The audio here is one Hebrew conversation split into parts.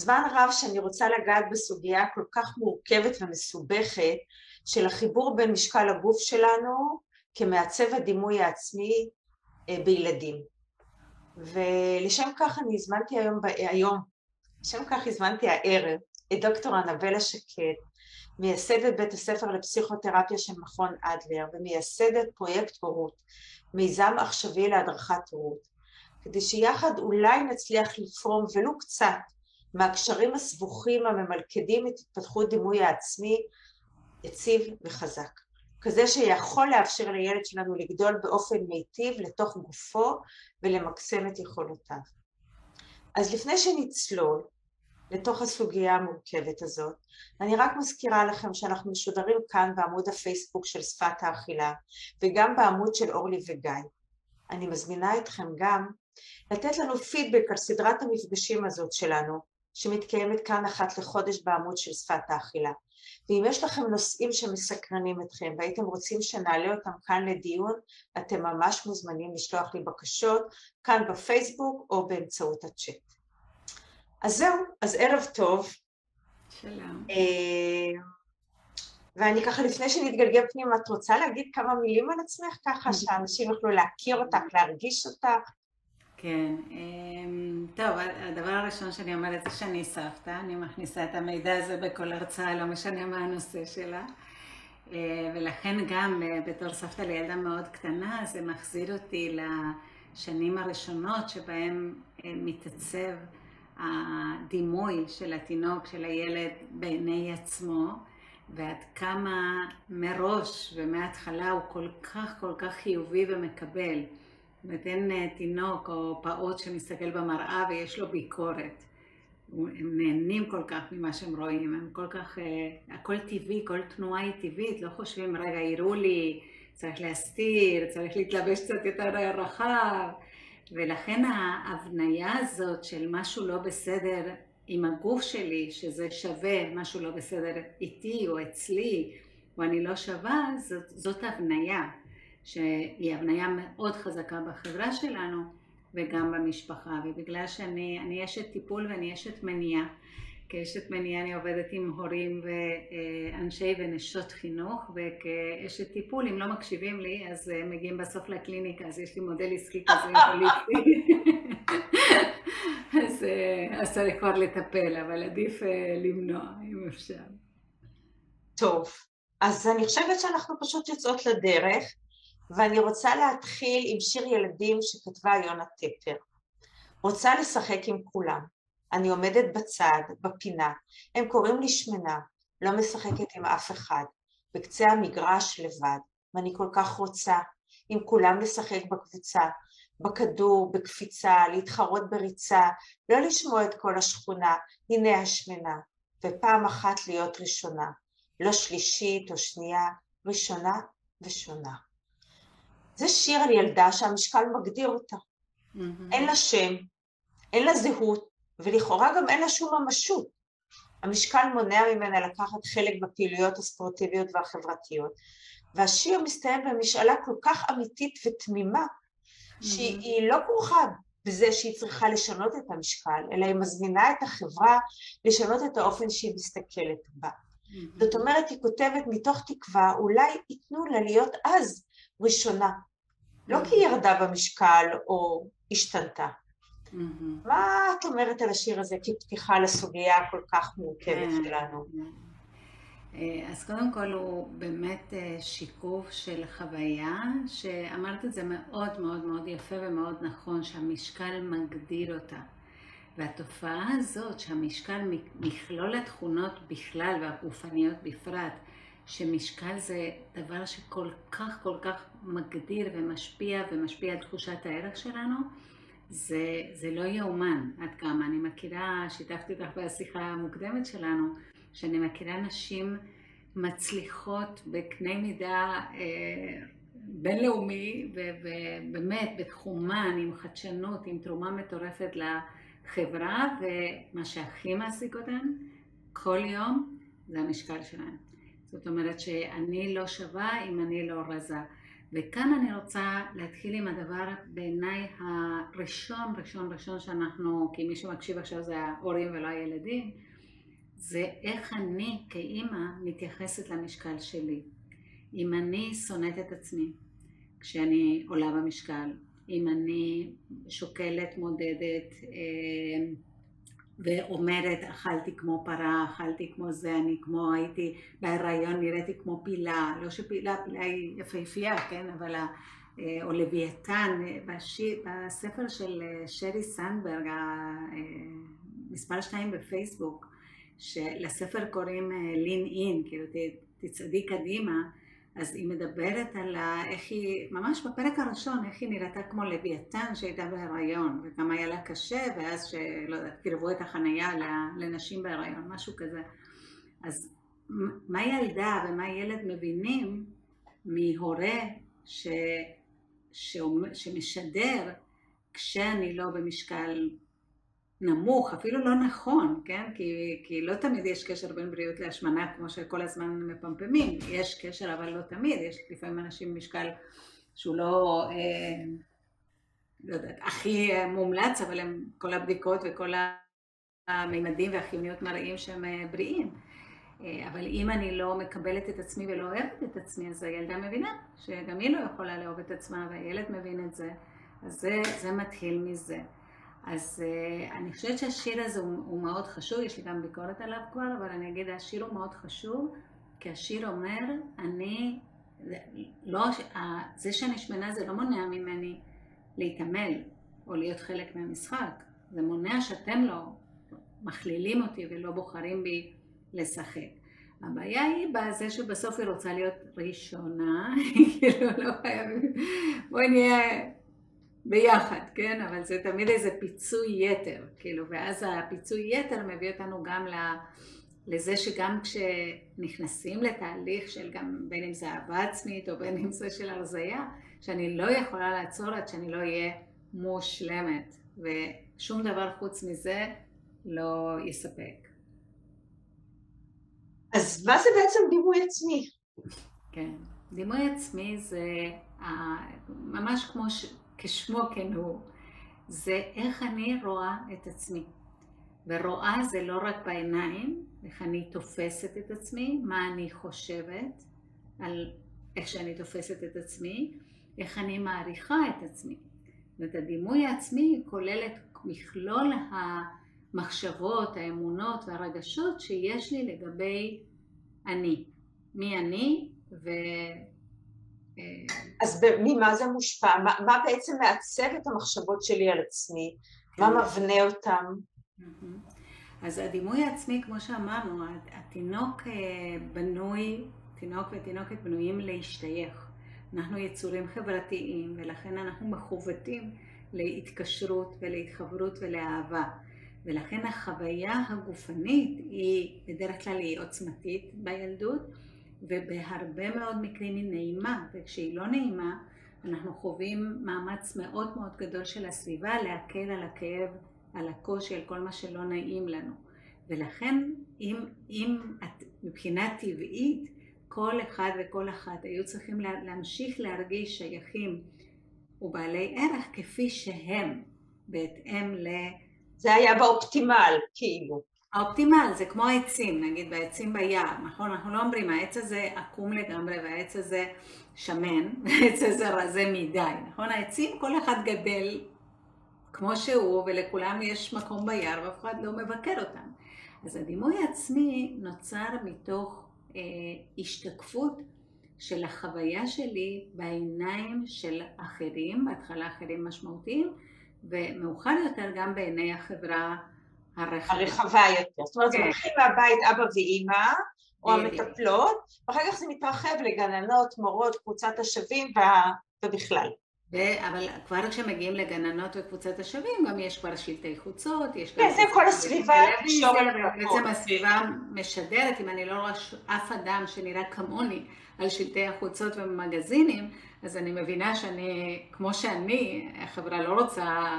זמן רב שאני רוצה לגעת בסוגיה כל כך מורכבת ומסובכת של החיבור בין משקל הגוף שלנו כמעצב הדימוי העצמי בילדים. ולשם כך אני הזמנתי לשם כך הזמנתי הערב את דוקטור אנבלה שקד, מייסדת בית הספר לפסיכותרפיה של מכון אדלר ומייסדת פרויקט הורות, מיזם עכשווי להדרכת הורות, כדי שיחד אולי נצליח לפרום ולו קצת מהקשרים הסבוכים הממלכדים את התפתחות דימוי העצמי יציב וחזק, כזה שיכול לאפשר לילד שלנו לגדול באופן מיטיב לתוך גופו ולמקסם את יכולותיו. אז לפני שנצלול לתוך הסוגיה המורכבת הזאת, אני רק מזכירה לכם שאנחנו משודרים כאן בעמוד הפייסבוק של שפת האכילה וגם בעמוד של אורלי וגיא. אני מזמינה אתכם גם לתת לנו פידבק על סדרת המפגשים הזאת שלנו, שמתקיימת כאן אחת לחודש בעמוד של שפת האכילה. ואם יש לכם נושאים שמסקרנים אתכם והייתם רוצים שנעלה אותם כאן לדיון, אתם ממש מוזמנים לשלוח לי בקשות כאן בפייסבוק או באמצעות הצ'אט. אז זהו, אז ערב טוב. שלום. ואני ככה לפני שנתגלגל פנימה, את רוצה להגיד כמה מילים על עצמך ככה שאנשים יוכלו להכיר אותך, להרגיש אותך? כן, טוב, הדבר הראשון שאני אומרת זה שאני סבתא, אני מכניסה את המידע הזה בכל הרצאה, לא משנה מה הנושא שלה. ולכן גם בתור סבתא לילדה מאוד קטנה, זה מחזיר אותי לשנים הראשונות שבהם מתעצב הדימוי של התינוק, של הילד בעיני עצמו, ועד כמה מראש ומההתחלה הוא כל כך חיובי ומקבל. נותן תינוק או פעוט שמסתכל במראה ויש לו ביקורת. הם נהנים כל כך ממה שהם רואים, הם כל כך, הכל טבעי, כל תנועה היא טבעית, לא חושבים, רגע, יראו לי, צריך להסתיר, צריך להתלבש קצת יותר רחב. ולכן ההבניה הזאת של משהו לא בסדר עם הגוף שלי, שזה שווה משהו לא בסדר איתי או אצלי, או אני לא שווה, זאת הבניה. שהיא הבניה מאוד חזקה בחברה שלנו וגם במשפחה, ובגלל שאני אשת טיפול ואני אשת מניעה. כאשת מניעה אני עובדת עם הורים ואנשי ונשות חינוך, וכאשת טיפול, אם לא מקשיבים לי, אז מגיעים בסוף לקליניקה, אז יש לי מודל עסקי כזה הוליסטי. אז צריך כבר לטפל, אבל עדיף למנוע, אם אפשר. טוב, אז אני חושבת שאנחנו פשוט יוצאות לדרך, ואני רוצה להתחיל עם שיר ילדים שכתבה יונה טפר. רוצה לשחק עם כולם. אני עומדת בצד, בפינה. הם קוראים לי שמנה, לא משחקת עם אף אחד. בקצה המגרש לבד. ואני כל כך רוצה עם כולם לשחק בקבוצה, בכדור, בקפיצה, להתחרות בריצה, לא לשמוע את כל השכונה, הנה השמנה. ופעם אחת להיות ראשונה. לא שלישית או שנייה, ראשונה ושונה. זה שיר על ילדה שהמשקל מגדיר אותה. אין לה שם, אין לה זהות, ולכאורה גם אין לה שום ממשות. המשקל מונע ממנה לקחת חלק בפעילויות הספורטיביות והחברתיות, והשיר מסתיים במשאלה כל כך אמיתית ותמימה, שהיא לא כרוכה בזה שהיא צריכה לשנות את המשקל, אלא היא מזמינה את החברה לשנות את האופן שהיא מסתכלת בה. זאת אומרת, היא כותבת מתוך תקווה, אולי ייתנו לה להיות אז ראשונה, לא כי היא ירדה במשקל או השתנתה. מה את אומרת על השיר הזה כפתיחה לסוגיה הכל כך מורכבת שלנו? אז קודם כל הוא באמת שיקוף של חוויה, שאמרת את זה מאוד מאוד מאוד יפה ומאוד נכון, שהמשקל מגדיר אותה. והתופעה הזאת שהמשקל מכלול התכונות בכלל והגופניות בפרט, שמשקל זה דבר שכל כך מגדיר ומשפיע על תחושת הערך שלנו, זה לא יאומן עד כמה. אני מכירה, שיתפתי אותך בשיחה המוקדמת שלנו, שאני מכירה נשים מצליחות בקנה מידה בינלאומי, ובאמת בתחומן, עם חדשנות, עם תרומה מטורפת לחברה, ומה שהכי מעסיק אותן כל יום זה המשקל שלהן. זאת אומרת שאני לא שווה אם אני לא רזה. וכאן אני רוצה להתחיל עם הדבר בעיניי הראשון שאנחנו, כי מי שמקשיב עכשיו זה ההורים ולא הילדים, זה איך אני כאימא מתייחסת למשקל שלי. אם אני שונאת את עצמי כשאני עולה במשקל, אם אני שוקלת, מודדת ואומרת אכלתי כמו פרה, אכלתי כמו זה, אני כמו הייתי בהיריון, נראיתי כמו פילה, לא שפילה, פילה היא יפהפייה, כן, אבל או לוויתן, בספר של שרי סנדברג, מספר 2 בפייסבוק, שלספר קוראים לין אין, כאילו תצעדי קדימה, אז היא מדברת על איך היא, ממש בפרק הראשון, איך היא נראתה כמו לוויתן שהייתה בהיריון, וכמה היה לה קשה, ואז שלא יודעת, קרבו את החנייה לנשים בהיריון, משהו כזה. אז מה ילדה ומה ילד מבינים מהורה שמשדר כשאני לא במשקל נמוך, אפילו לא נכון, כן? כי לא תמיד יש קשר בין בריאות להשמנה, כמו שכל הזמן מפמפמים, יש קשר אבל לא תמיד, יש לפעמים אנשים במשקל שהוא לא יודעת, הכי מומלץ, אבל הם כל הבדיקות וכל המימדים והחיוניות מראים שהם בריאים. אבל אם אני לא מקבלת את עצמי ולא אוהבת את עצמי, אז הילדה מבינה שגם היא לא יכולה לאהוב את עצמה, והילד מבין את זה, אז זה מתחיל מזה. אז אני חושבת שהשיר הזה הוא מאוד חשוב, יש לי גם ביקורת עליו כבר, אבל אני אגיד, השיר הוא מאוד חשוב, כי השיר אומר, זה שאני שמנה זה לא מונע ממני להתעמל, או להיות חלק מהמשחק, זה מונע שאתם לא מכלילים אותי ולא בוחרים בי לשחק. הבעיה היא בזה שבסוף היא רוצה להיות ראשונה, כאילו לא חייבים, בואי נהיה ביחד, כן? אבל זה תמיד איזה פיצוי יתר, כאילו, ואז הפיצוי יתר מביא אותנו גם לזה שגם כשנכנסים לתהליך של גם בין אם זה אהבה עצמית או בין אם זה של הרזייה, שאני לא יכולה לעצור עד שאני לא אהיה מושלמת, ושום דבר חוץ מזה לא יספק. אז מה זה בעצם דימוי עצמי? כן, דימוי עצמי זה ממש כמו כשמו כן הוא, זה איך אני רואה את עצמי. ורואה זה לא רק בעיניים, איך אני תופסת את עצמי, מה אני חושבת על איך שאני תופסת את עצמי, איך אני מעריכה את עצמי. ואת הדימוי העצמי כולל את מכלול המחשבות, האמונות והרגשות שיש לי לגבי אני. מי אני אז ממה זה מושפע? מה בעצם מעצב את המחשבות שלי על עצמי? מה מבנה אותם? אז הדימוי העצמי, כמו שאמרנו, התינוק ותינוקת בנויים להשתייך. אנחנו יצורים חברתיים, ולכן אנחנו מחוותים להתקשרות ולהתחברות ולאהבה. ולכן החוויה הגופנית היא בדרך כלל היא עוצמתית בילדות, ובהרבה מאוד מקרים היא נעימה, וכשהיא לא נעימה, אנחנו חווים מאמץ מאוד מאוד גדול של הסביבה להקל על הכאב, על הקושי, על כל מה שלא נעים לנו. ולכן אם מבחינה טבעית, כל אחד וכל אחת היו צריכים להמשיך להרגיש שייכים ובעלי ערך כפי שהם, בהתאם זה היה באופטימל, כאילו. האופטימל זה כמו העצים, נגיד בעצים ביער, נכון? אנחנו לא אומרים, העץ הזה עקום לגמרי והעץ הזה שמן, והעץ הזה רזה מדי, נכון? העצים כל אחד גדל כמו שהוא, ולכולם יש מקום ביער ואף אחד לא מבקר אותם. אז הדימוי העצמי נוצר מתוך השתקפות של החוויה שלי בעיניים של אחרים, בהתחלה אחרים משמעותיים, ומאוחר יותר גם בעיני החברה הרחבה יותר. זאת אומרת, זה מתחיל מהבית אבא ואמא, או המטפלות, ואחר כך זה מתרחב לגננות, מורות, קבוצת השווים ובכלל. אבל כבר כשמגיעים לגננות וקבוצת השווים, גם יש כבר שלטי חוצות, יש כן, זה כל הסביבה. בעצם הסביבה משדרת, אם אני לא רואה אף אדם שנראה כמוני על שלטי החוצות ובמגזינים, אז אני מבינה שאני, כמו שאני, החברה לא רוצה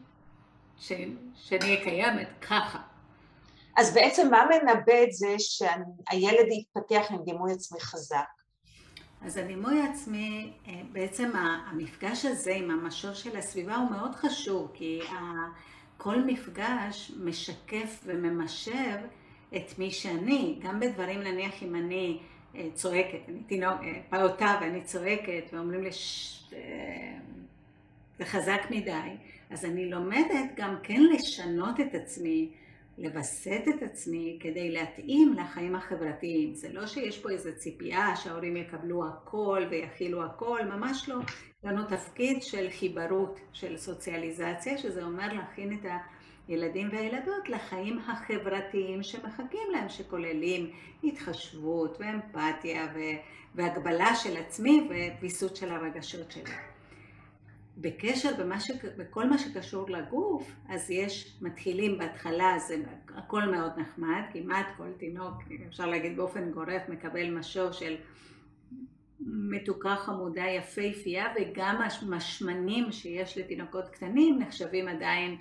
שאני קיימת ככה. אז בעצם מה מנבא את זה שהילד יתפתח עם דימוי עצמי חזק? אז הדימוי העצמי, בעצם המפגש הזה עם המשוב של הסביבה הוא מאוד חשוב, כי כל מפגש משקף וממשב את מי שאני, גם בדברים נניח אם אני צועקת, אני פעוטה ואני צועקת ואומרים לי זה חזק מדי, אז אני לומדת גם כן לשנות את עצמי, לבסט את עצמי כדי להתאים לחיים החברתיים. זה לא שיש פה איזו ציפייה שההורים יקבלו הכל ויכילו הכל, ממש לא. לנו תפקיד של חיברות, של סוציאליזציה, שזה אומר להכין את הילדים והילדות לחיים החברתיים שמחכים להם, שכוללים התחשבות ואמפתיה והגבלה של עצמי וויסות של הרגשות שלי. בקשר בכל מה שקשור לגוף, אז מתחילים בהתחלה, זה הכל מאוד נחמד, כמעט כל תינוק, אפשר להגיד באופן גורף, מקבל משוב של מתוקה חמודה יפהפייה, וגם המשמנים שיש לתינוקות קטנים נחשבים עדיין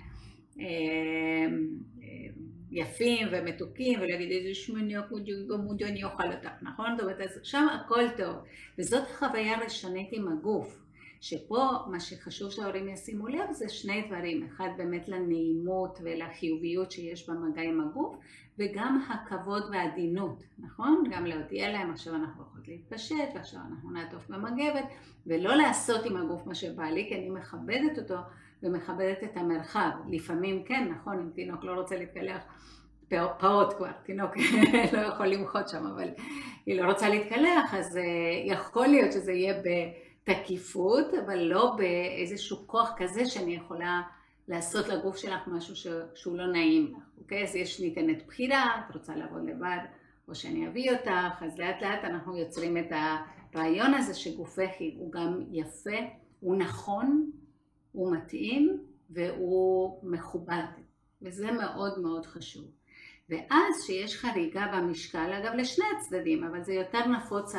יפים ומתוקים, ולהגיד איזה שמניוק מודו אני אוכל אותך, נכון? זאת אומרת, אז שם הכל טוב, וזאת חוויה ראשונית עם הגוף. שפה מה שחשוב שההורים ישימו לב זה שני דברים, אחד באמת לנעימות ולחיוביות שיש במגע עם הגוף, וגם הכבוד והעדינות, נכון? גם להודיע להם עכשיו אנחנו יכולים להתפשט ועכשיו אנחנו נעטוף במגבת, ולא לעשות עם הגוף מה שבא לי, כי אני מכבדת אותו ומכבדת את המרחב. לפעמים כן, נכון, אם תינוק לא רוצה להתקלח, פעוט כבר, תינוק לא יכול למחות שם, אבל היא לא רוצה להתקלח, אז יכול להיות שזה יהיה תקיפות, אבל לא באיזשהו כוח כזה שאני יכולה לעשות לגוף שלך משהו שהוא לא נעים לך, אוקיי? אז ניתנת בחירה, את רוצה לעבוד לבד, או שאני אביא אותך, אז לאט לאט אנחנו יוצרים את הרעיון הזה שגופך הוא גם יפה, הוא נכון, הוא מתאים, והוא מכובד, וזה מאוד מאוד חשוב. ואז שיש חריגה במשקל, אגב לשני הצדדים, אבל זה יותר נפוץ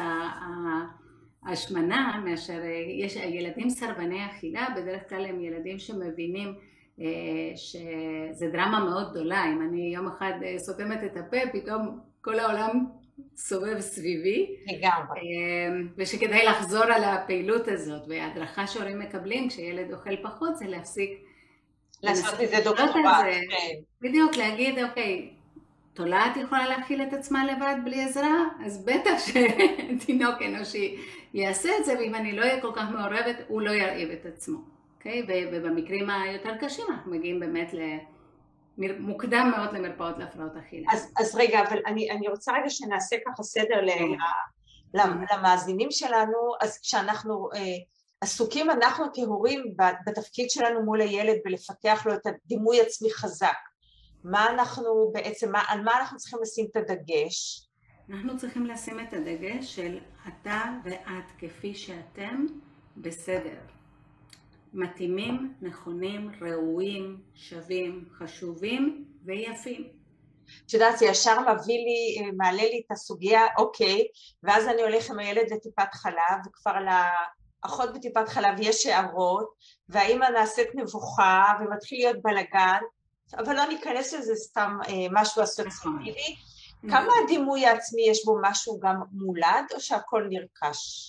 השמנה, מאשר יש ילדים סרבני אכילה, בדרך כלל הם ילדים שמבינים שזה דרמה מאוד גדולה. אם אני יום אחד סותמת את הפה, פתאום כל העולם סובב סביבי. לגמרי. ושכדאי לחזור על הפעילות הזאת, וההדרכה שהורים מקבלים כשילד אוכל פחות, זה להפסיק לעשות את זה דוקטורט. בדיוק, להגיד, אוקיי, תולעת יכולה להכיל את עצמה לבד בלי עזרה, אז בטח שתינוק אנושי יעשה את זה, ואם אני לא אהיה כל כך מעורבת, הוא לא ירעיב את עצמו. אוקיי? ובמקרים היותר קשים אנחנו מגיעים באמת מוקדם מאוד למרפאות להפרעות אכילה. אז רגע, אבל אני רוצה רגע שנעשה ככה סדר למאזינים שלנו, אז כשאנחנו עסוקים אנחנו כהורים בתפקיד שלנו מול הילד ולפתח לו את הדימוי עצמי חזק, מה אנחנו בעצם, על מה אנחנו צריכים לשים את הדגש? אנחנו צריכים לשים את הדגש של אתה ואת כפי שאתם בסדר. מתאימים, נכונים, ראויים, שווים, חשובים ויפים. את יודעת, זה ישר מעלה לי את הסוגיה, אוקיי, ואז אני הולך עם הילד לטיפת חלב, וכבר לאחות בטיפת חלב יש הערות, והאמא נעשית נבוכה ומתחיל להיות בלגן, אבל לא ניכנס לזה סתם משהו אסוציאטיבי. כמה הדימוי העצמי יש בו משהו גם מולד, או שהכל נרכש?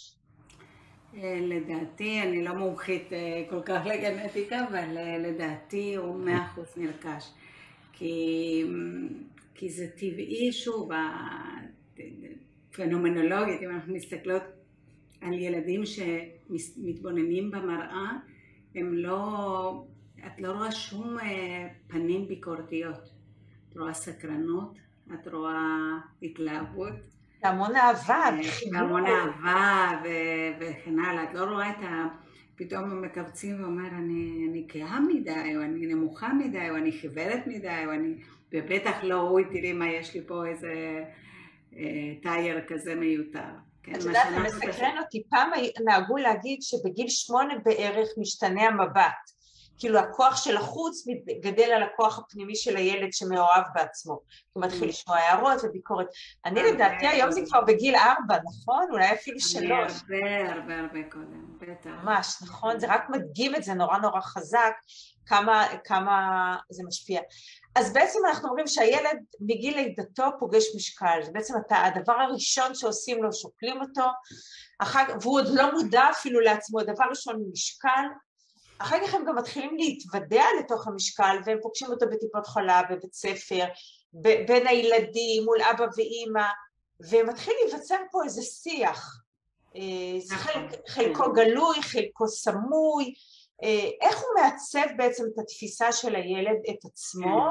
לדעתי, אני לא מומחית כל כך לגנטיקה, אבל לדעתי הוא 100% נרכש. כי זה טבעי, שוב, פנומנולוגית, אם אנחנו מסתכלות על ילדים שמתבוננים במראה, את לא רואה שום פנים ביקורתיות. את רואה סקרנות, את רואה התלהבות. המון אהבה, המון אהבה וכן הלאה. את לא רואה את פתאום מקבצים ואומר, אני כהה מדי, או אני נמוכה מדי, או אני חיוורת מדי, או אני, ובטח לא, אוי, תראי מה יש לי פה איזה טייר כזה מיותר. את יודעת, זה מסקרן אותי, פעם נהגו להגיד שבגיל 8 בערך משתנה המבט, כאילו הכוח של החוץ גדל על הכוח הפנימי של הילד שמאוהב בעצמו. הוא מתחיל לשמוע הערות וביקורת. אני לדעתי היום זה כבר בגיל 4, נכון? אולי אפילו 3. אני הרבה קודם, בטח. ממש, נכון? זה רק מדגים את זה נורא נורא חזק, כמה זה משפיע. אז בעצם אנחנו אומרים שהילד מגיל לידתו פוגש משקל, זה בעצם הדבר הראשון שעושים לו, שוקלים אותו, והוא עוד לא מודע אפילו לעצמו, הדבר ראשון הוא משקל, אחר כך הם גם מתחילים להתוודע לתוך המשקל, והם פוגשים אותו בטיפות חלב, בבית ספר, בין הילדים, מול אבא ואמא, ומתחיל להיווצר פה איזה שיח, חלקו גלוי, חלקו סמוי, איך הוא מעצב בעצם את התפיסה של הילד, את עצמו,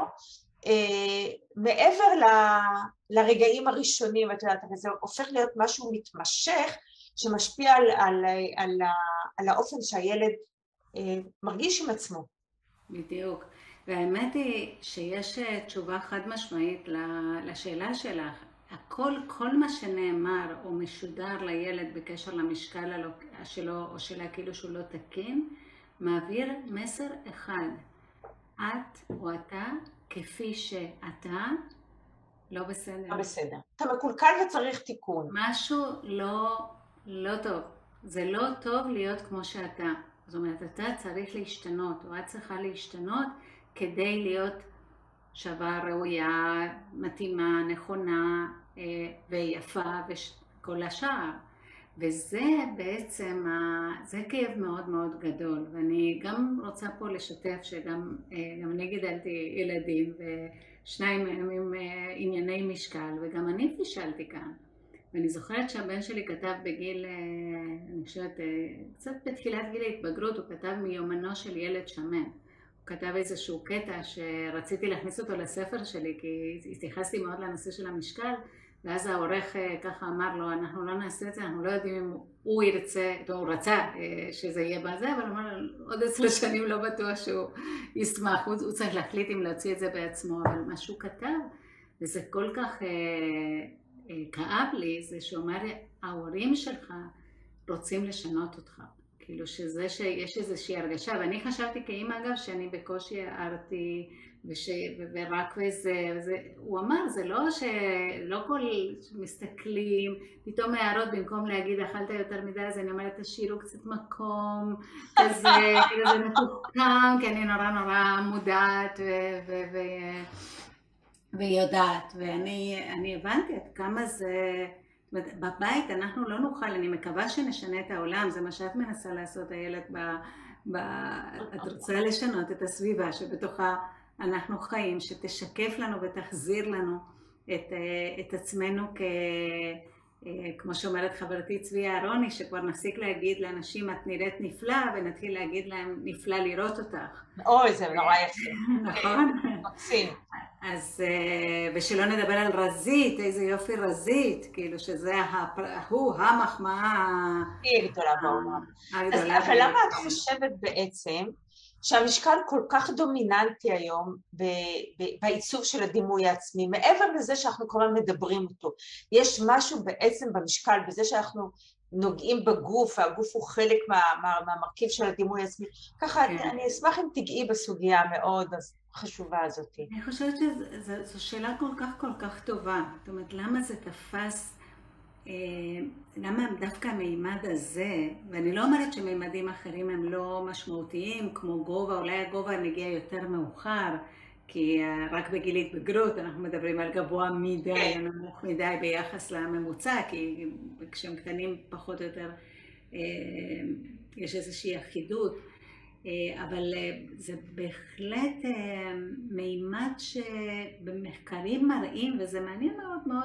מעבר לרגעים הראשונים, את יודעת, זה הופך להיות משהו מתמשך, שמשפיע על האופן שהילד מרגיש עם עצמו. בדיוק. והאמת היא שיש תשובה חד משמעית לשאלה שלך. כל מה שנאמר או משודר לילד בקשר למשקל שלו או שלה כאילו שהוא לא תקין, מעביר מסר אחד. את או אתה, כפי שאתה, לא בסדר. לא בסדר. אתה מקולקל וצריך תיקון. משהו לא טוב. זה לא טוב להיות כמו שאתה. זאת אומרת, אתה צריך להשתנות, או את צריכה להשתנות כדי להיות שווה, ראויה, מתאימה, נכונה ויפה וכל השאר. וזה בעצם, זה כאב מאוד מאוד גדול. ואני גם רוצה פה לשתף שגם אני גידלתי ילדים, ושניים מהם עם ענייני משקל, וגם אני פישלתי כאן. ואני זוכרת שהבן שלי כתב בגיל, אני חושבת, קצת בתחילת גיל ההתבגרות, הוא כתב מיומנו של ילד שמן. הוא כתב איזשהו קטע שרציתי להכניס אותו לספר שלי, כי התייחסתי מאוד לנושא של המשקל, ואז העורך ככה אמר לו, אנחנו לא נעשה את זה, אנחנו לא יודעים אם הוא ירצה, הוא רצה שזה יהיה בזה, אבל הוא אמר, עוד 10 שנים לא בטוח שהוא ישמח, הוא צריך להחליט אם להוציא את זה בעצמו, אבל מה שהוא כתב, וזה כל כך כאב לי, זה שאומר, ההורים שלך רוצים לשנות אותך, כאילו שזה שיש איזושהי הרגשה, ואני חשבתי כאמא אגב שאני בקושי הערתי, ורק וזה, הוא אמר, זה לא שלא כל מסתכלים, פתאום הערות במקום להגיד אכלת יותר מדי, אז אני אומרת תשאירו קצת מקום, כזה, כאילו זה מתוחכם, כי אני נורא מודעת ויודעת, ואני הבנתי עד כמה זה, בבית אנחנו לא נוכל, אני מקווה שנשנה את העולם, זה מה שאת מנסה לעשות הילד, את רוצה לשנות את הסביבה שבתוכה אנחנו חיים, שתשקף לנו ותחזיר לנו את עצמנו כמו שאומרת חברתי צבי אהרוני, שכבר נפסיק להגיד לאנשים את נראית נפלא, ונתחיל להגיד להם נפלא לראות אותך. אוי, זה נורא יפה. נכון? מקסים. אז, ושלא נדבר על רזית, איזה יופי רזית, כאילו שזה המחמאה הכי גדולה בעולם. אבל למה את חושבת בעצם שהמשקל כל כך דומיננטי היום בעיצוב של הדימוי העצמי, מעבר לזה שאנחנו כל הזמן מדברים אותו, יש משהו בעצם במשקל, בזה שאנחנו נוגעים בגוף, והגוף הוא חלק מהמרכיב של הדימוי העצמי, ככה אני אשמח אם תגעי בסוגיה המאוד חשובה הזאת. אני חושבת שזו שאלה כל כך טובה, זאת אומרת למה זה תפס, למה דווקא המימד הזה, ואני לא אומרת שמימדים אחרים הם לא משמעותיים, כמו גובה, אולי הגובה נגיע יותר מאוחר, כי רק בגיל התבגרות אנחנו מדברים על גבוה מדי, נמוך מדי ביחס לממוצע, כי כשהם קטנים פחות או יותר יש איזושהי אחידות, אבל זה בהחלט מימד שבמחקרים מראים, וזה מעניין מאוד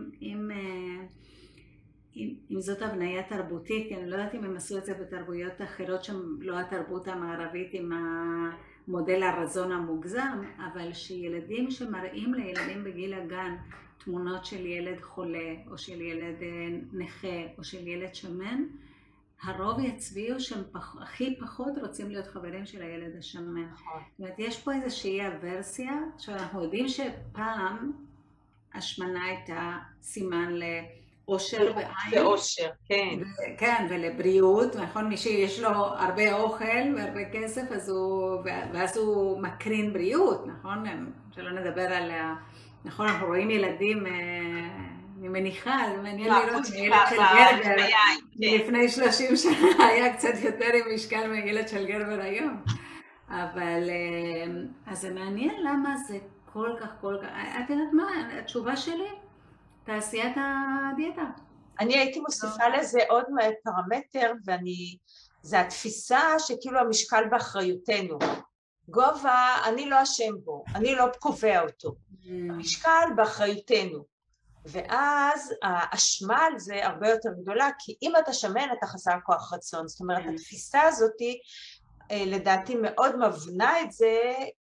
אם זאת הבניה תרבותית, כי אני לא יודעת אם הם עשו את זה בתרבויות אחרות שהן לא התרבות המערבית עם המודל הרזון המוגזם, אבל שילדים שמראים לילדים בגיל הגן תמונות של ילד חולה או של ילד נכה או של ילד שמן, הרוב יצביעו שהם הכי פחות רוצים להיות חברים של הילד השמן. זאת אומרת, יש פה איזושהי אברסיה, שאנחנו יודעים שפעם השמנה הייתה סימן אושר בעין. ואושר, כן. כן, ולבריאות, נכון? מי שיש לו הרבה אוכל והרבה כסף, ואז הוא מקרין בריאות, נכון? שלא נדבר על נכון, אנחנו רואים ילדים, אני מניחה, זה מעניין לראות, הילד של גרבר, לפני 30 שנה היה קצת יותר עם משקל מהילד של גרבר היום. אבל, אז זה מעניין למה זה כל כך, את יודעת מה, התשובה שלי? תעשיית הדיאטה. אני הייתי מוסיפה לזה עוד פרמטר, זה התפיסה שכאילו המשקל באחריותנו. גובה, אני לא אשם בו, אני לא קובע אותו. המשקל באחריותנו. ואז האשמה על זה הרבה יותר גדולה, כי אם אתה שמן, אתה חסר כוח רצון. זאת אומרת, התפיסה הזאת, לדעתי, מאוד מבנה את זה,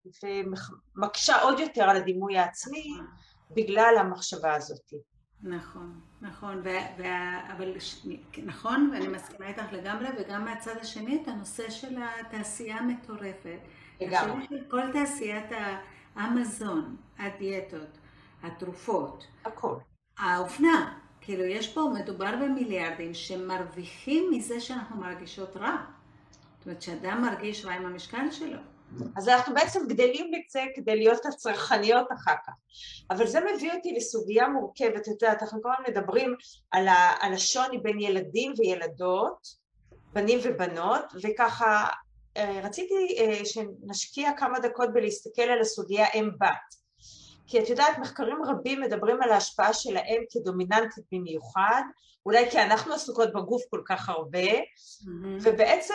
ומקשה עוד יותר על הדימוי העצמי, בגלל המחשבה הזאת. נכון, נכון, אבל נכון, ואני מסכימה איתך לגמרי, וגם מהצד השני את הנושא של התעשייה המטורפת. לגמרי. כל תעשיית המזון, הדיאטות, התרופות, הכל. האופנה, כאילו יש פה, מדובר במיליארדים שמרוויחים מזה שאנחנו מרגישות רע. זאת אומרת שאדם מרגיש רע עם המשקל שלו. אז אנחנו בעצם גדלים לזה כדי להיות הצרכניות אחר כך. אבל זה מביא אותי לסוגיה מורכבת. את יודעת, אנחנו כל הזמן מדברים על השוני בין ילדים וילדות, בנים ובנות, וככה רציתי שנשקיע כמה דקות בלהסתכל על הסוגיה אם-בת. כי את יודעת, מחקרים רבים מדברים על ההשפעה של האם כדומיננטית במיוחד, אולי כי אנחנו עסוקות בגוף כל כך הרבה, ובעצם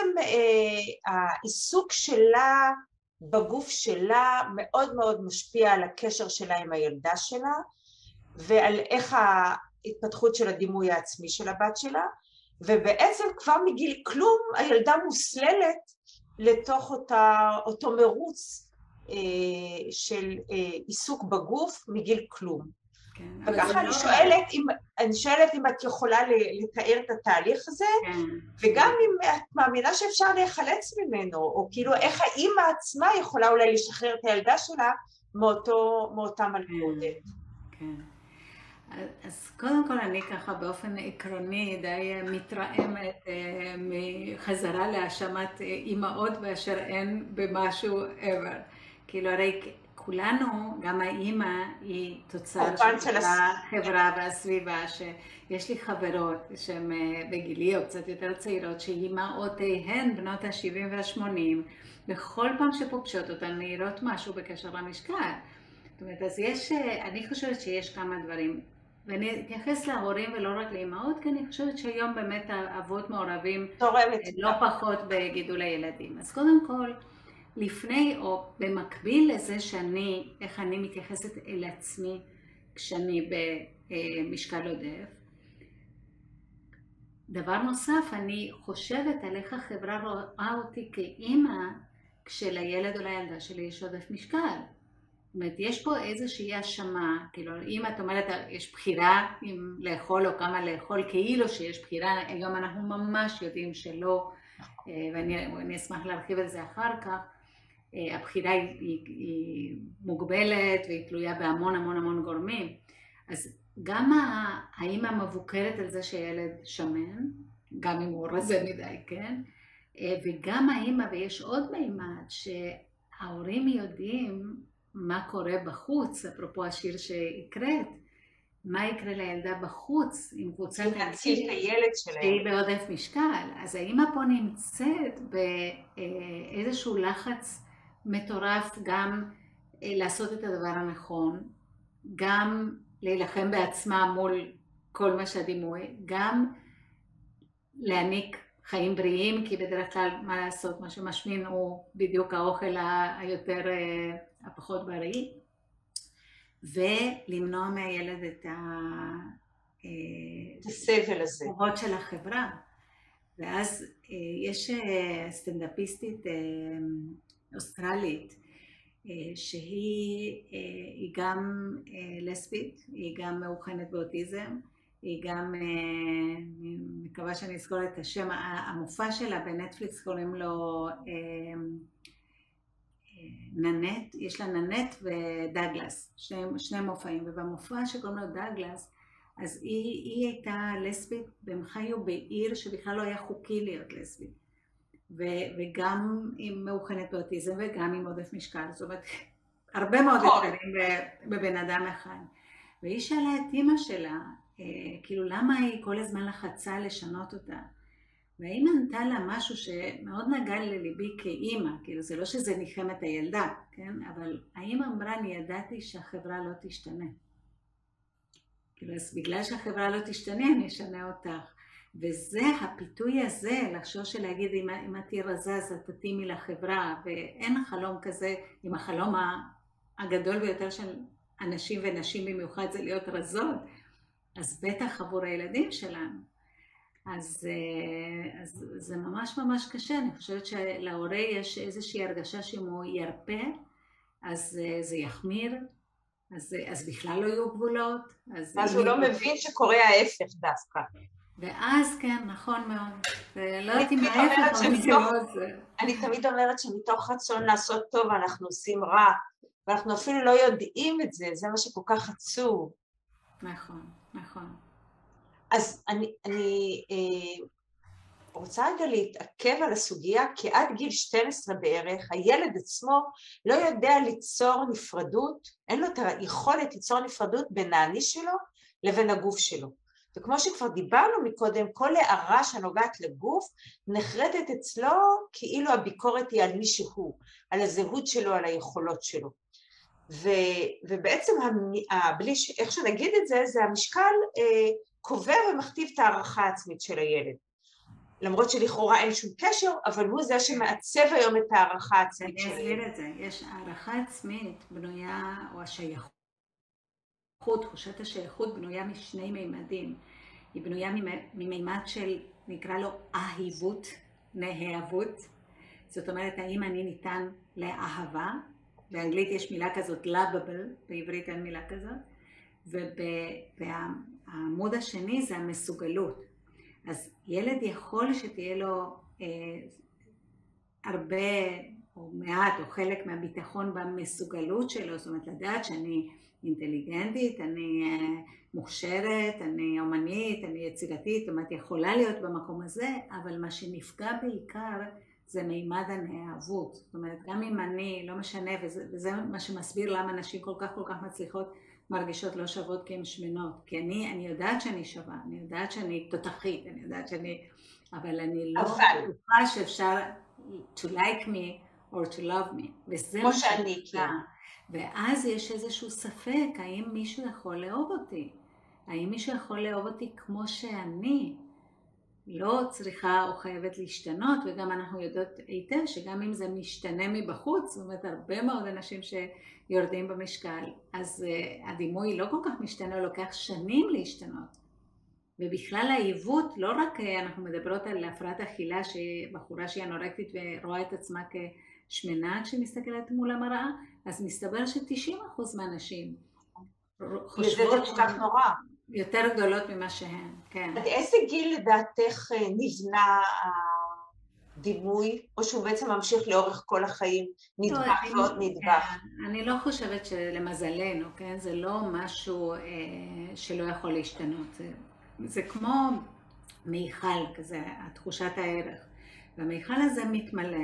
העיסוק שלה בגוף שלה מאוד מאוד משפיע על הקשר שלה עם הילדה שלה, ועל איך ההתפתחות של הדימוי העצמי של הבת שלה, ובעצם כבר מגיל כלום הילדה מוסללת לתוך אותו מרוץ של עיסוק בגוף מגיל כלום. כן, וככה אני שואלת אם את יכולה לתאר את התהליך הזה, כן. וגם אם את מאמינה שאפשר להיחלץ ממנו, או כאילו איך האמא עצמה יכולה אולי לשחרר את הילדה שלה מאותה מלכודת. כן. אז קודם כל אני ככה באופן עקרוני די מתרעמת מחזרה להאשמת אימהות באשר אין במשהו ever. כאילו הרי כולנו, גם האימא היא תוצר של החברה והסביבה, שיש לי חברות שהן בגילי או קצת יותר צעירות, שאימהותיהן בנות ה-70 וה-80, וכל פעם שפוגשות אותן מאירות משהו בקשר למשקל. זאת אומרת, אז אני חושבת שיש כמה דברים. ואני אתייחס להורים ולא רק לאמהות, כי אני חושבת שהיום באמת האבות מעורבים לא פחות בגידול הילדים. אז קודם כל, לפני או במקביל לזה איך אני מתייחסת אל עצמי כשאני במשקל עודף, דבר נוסף, אני חושבת על איך החברה רואה אותי כאימא כשלילד או לילדה שלי יש עודף משקל. זאת אומרת, יש פה איזושהי האשמה, כאילו, אם את אומרת, יש בחירה אם לאכול או כמה לאכול, כאילו שיש בחירה, היום אנחנו ממש יודעים שלא, ואני אשמח להרחיב על זה אחר כך, הבחירה היא מוגבלת והיא תלויה בהמון המון המון גורמים. אז גם האמא מבוקרת על זה שילד שמן, גם אם הוא רזה מדי, כן? וגם האמא, ויש עוד מימד, שההורים יודעים מה קורה בחוץ, אפרופו השיר שהקראת, מה יקרה לילדה בחוץ, עם קבוצת להציל את הילד שלהם. שהיא בעודף משקל. אז האמא פה נמצאת באיזשהו לחץ מטורף גם לעשות את הדבר הנכון, גם להילחם בעצמה מול כל מה שהדימוי, גם להעניק חיים בריאים, כי בדרך כלל מה לעשות, מה שמשמין הוא בדיוק האוכל היותר הפחות בריא, ולמנוע מהילד את הסבל הזה. החובות של החברה. ואז יש סטנדאפיסטית אוסטרלית, שהיא גם לסבית, היא גם מאובחנת באוטיזם, היא גם, מקווה שאני אזכור את השם, המופע שלה בנטפליקס קוראים לו ננט, יש לה ננט ודאגלס, שני מופעים, ובמופע שקוראים לו דאגלס, אז היא הייתה לסבית, והם חיו בעיר שבכלל לא היה חוקי להיות לסבית. וגם עם מאוחנת באוטיזם וגם עם עודף משקל, זאת אומרת, הרבה מאוד אתגרים בבן אדם אחד. והיא שאלה את אמא שלה, כאילו למה היא כל הזמן לחצה לשנות אותה? והאמא ענתה לה משהו שמאוד נגע לליבי כאמא, כאילו זה לא שזה ניחם את הילדה, כן? אבל האמא אמרה, אני ידעתי שהחברה לא תשתנה. כאילו, אז בגלל שהחברה לא תשתנה, אני אשנה אותך. וזה הפיתוי הזה, לחשוב שלהגיד, אם את תהיה רזה, אז את תתאימי לחברה, ואין חלום כזה, עם החלום הגדול ביותר של אנשים ונשים במיוחד זה להיות רזות, אז בטח עבור הילדים שלנו. אז זה ממש ממש קשה, אני חושבת שלהורה יש איזושהי הרגשה שאם הוא ירפה, אז זה יחמיר, אז בכלל לא יהיו גבולות. אז הוא לא מבין שקורה ההפך דווקא. ואז כן, נכון מאוד. ולא הייתי מההפך, אבל זה. אני תמיד אומרת שמתוך רצון לעשות טוב אנחנו עושים רע, ואנחנו אפילו לא יודעים את זה, זה מה שכל כך עצוב. נכון, נכון. אז אני רוצה רגע להתעכב על הסוגיה, כי עד גיל 12 בערך, הילד עצמו לא יודע ליצור נפרדות, אין לו את היכולת ליצור נפרדות בין האני שלו לבין הגוף שלו. וכמו שכבר דיברנו מקודם, כל הערה שנוגעת לגוף נחרטת אצלו כאילו הביקורת היא על מי שהוא, על הזהות שלו, על היכולות שלו. ובעצם איך שנגיד את זה, זה המשקל קובע ומכתיב את הערכה העצמית של הילד. למרות שלכאורה אין שום קשר, אבל הוא זה שמעצב היום את הערכה העצמית של הילד. אני אסביר את זה. יש הערכה עצמית בנויה, או השייכות, תחושת השייכות בנויה משני מימדים. היא בנויה ממימד של, נקרא לו, אהיבות, נאהבות. זאת אומרת, האם אני ניתן לאהבה, באנגלית יש מילה כזאת, lovable, בעברית אין מילה כזאת, והעמוד השני זה המסוגלות. אז ילד יכול שתהיה לו הרבה או מעט או חלק מהביטחון במסוגלות שלו, זאת אומרת לדעת שאני אינטליגנטית, אני מוכשרת, אני אומנית, אני יצירתית, זאת אומרת יכולה להיות במקום הזה, אבל מה שנפגע בעיקר זה מימד הנאהבות. זאת אומרת גם אם אני לא משנה, וזה מה שמסביר למה נשים כל כך מצליחות מרגישות לא שוות כי הן שמנות, כי אני יודעת שאני שווה, אני יודעת שאני תותחית, אני יודעת שאני, אבל אני לא בטוחה שאפשר to like me or to love me, וזה כמו שאני, כן. ואז יש איזשהו ספק, האם מישהו יכול לאהוב אותי? האם מישהו יכול לאהוב אותי כמו שאני? לא צריכה או חייבת להשתנות, וגם אנחנו יודעות היטב שגם אם זה משתנה מבחוץ, זאת אומרת הרבה מאוד אנשים שיורדים במשקל, אז הדימוי לא כל כך משתנה, הוא לוקח שנים להשתנות. ובכלל העיוות, לא רק אנחנו מדברות על הפרעת אכילה, שבחורה שהיא אנורקטית ורואה את עצמה כשמנה כשמסתכלת מול המראה, אז מסתבר ש90% מהנשים חושבות זה כך נורא. יותר גדולות ממה שהן, כן. עד איזה גיל לדעתך נבנה הדימוי, או שהוא בעצם ממשיך לאורך כל החיים, נדבך ועוד נדבך? אני לא חושבת שלמזלנו, כן? זה לא משהו שלא יכול להשתנות. זה כמו מיכל כזה, תחושת הערך. והמיכל הזה מתמלא.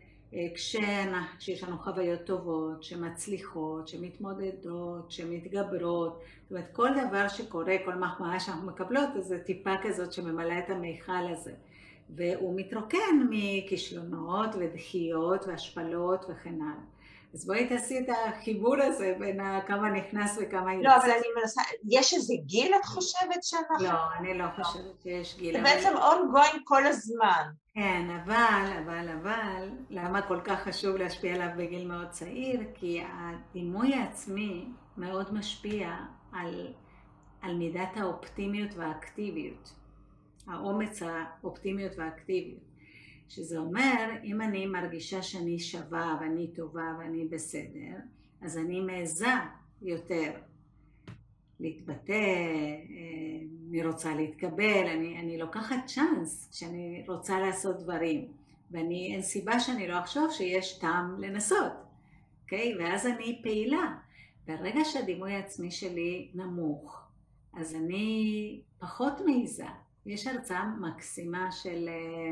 כשיש לנו חוויות טובות, שמצליחות, שמתמודדות, שמתגברות, זאת אומרת, כל דבר שקורה, כל מחמאה שאנחנו מקבלות, אז זה טיפה כזאת שממלא את המיכל הזה. והוא מתרוקן מכישלונות ודחיות והשפלות וכן הלאה. אז בואי תעשי את החיבור הזה בין כמה נכנס וכמה יוצא. לא, אבל אני מנסה, יש איזה גיל את חושבת שאנחנו? לא, אני לא חושבת שיש גיל. זה בעצם ongoing כל הזמן. כן, אבל, למה כל כך חשוב להשפיע עליו בגיל מאוד צעיר? כי הדימוי העצמי מאוד משפיע על מידת האופטימיות והאקטיביות. האומץ האופטימיות והאקטיביות. שזה אומר, אם אני מרגישה שאני שווה ואני טובה ואני בסדר, אז אני מעזה יותר להתבטא, אני רוצה להתקבל, אני לוקחת צ'אנס כשאני רוצה לעשות דברים, אין סיבה שאני לא אחשוב שיש טעם לנסות, אוקיי? ואז אני פעילה. ברגע שהדימוי העצמי שלי נמוך, אז אני פחות מעיזה. יש הרצאה מקסימה של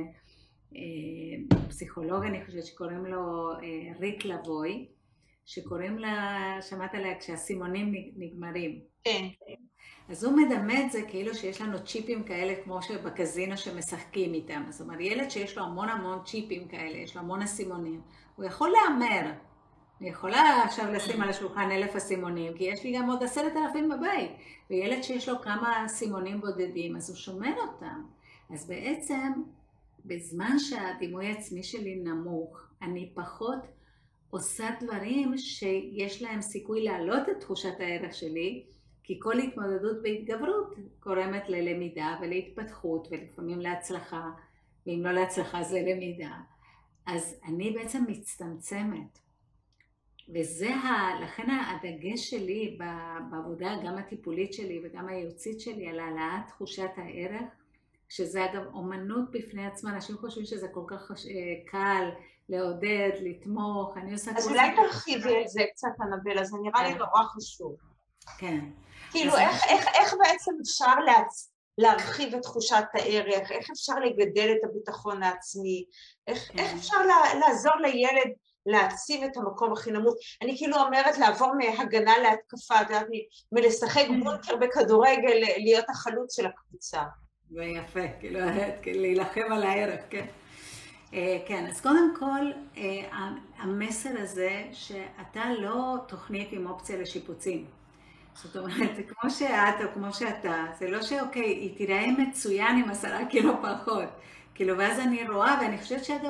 פסיכולוג, אני חושבת שקוראים לו ריק לבוי, שקוראים לה, שמעת עליה, כשהסימונים נגמרים. כן. אז הוא מדמה את זה כאילו שיש לנו צ'יפים כאלה כמו שבקזינו שמשחקים איתם. זאת אומרת, ילד שיש לו המון המון צ'יפים כאלה, יש לו המון אסימונים, הוא יכול להמר. אני יכולה עכשיו לשים על השולחן 1,000 אסימונים, כי יש לי גם עוד 10,000 בבית. וילד שיש לו כמה אסימונים בודדים, אז הוא שומר אותם. אז בעצם, בזמן שהדימוי העצמי שלי נמוך, אני פחות עושה דברים שיש להם סיכוי להעלות את תחושת הערך שלי, כי כל התמודדות בהתגברות גורמת ללמידה ולהתפתחות ולפעמים להצלחה, ואם לא להצלחה זה למידה. אז אני בעצם מצטמצמת. וזה, לכן הדגש שלי בעבודה, גם הטיפולית שלי וגם הייעוצית שלי, על העלאת תחושת הערך, שזה אגב אומנות בפני עצמה, אנשים חושבים שזה כל כך קל לעודד, לתמוך, אני עושה... אז אולי תרחיבי על זה קצת, אנבל, אז זה נראה לי נורא חשוב. כן. כאילו, איך בעצם אפשר להרחיב את תחושת הערך, איך אפשר לגדל את הביטחון העצמי, איך אפשר לעזור לילד להעצים את המקום הכי נמוך. אני כאילו אומרת לעבור מהגנה להתקפה, מלשחק בונקר בכדורגל, להיות החלוץ של הקבוצה. זה יפה, כאילו להילחם על הערך, כן. כן, אז קודם כל, המסר הזה שאתה לא תוכנית עם אופציה לשיפוצים. זאת אומרת, כמו שאת או כמו שאתה, זה לא שאוקיי, היא תראה מצוין עם 10 קילו פחות. כאילו, ואז אני רואה, ואני חושבת שאגב,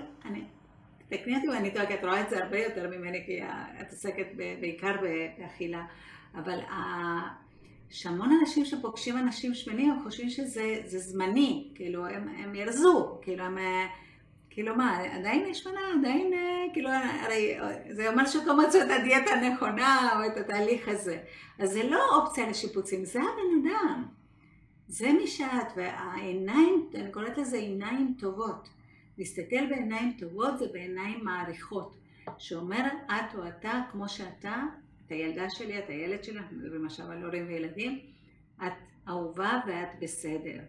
תקני אותי ואני טועה, כי את רואה את זה הרבה יותר ממני, כי את עוסקת בעיקר באכילה, אבל שהמון אנשים שפוגשים אנשים שמנים, הם חושבים שזה זמני, כאילו, הם ירזו, כאילו מה, עדיין יש מנה, עדיין, כאילו, הרי זה אומר שאתה מצא את הדיאטה הנכונה, או את התהליך הזה. אז זה לא אופציה לשיפוצים, זה הבן אדם. זה מי שאת, והעיניים, אני קוראת לזה עיניים טובות. להסתכל בעיניים טובות זה בעיניים מעריכות, שאומר את או אתה, כמו שאתה, את הילדה שלי, את הילד שלי, אנחנו מדברים עכשיו על הורים וילדים, את אהובה ואת בסדר.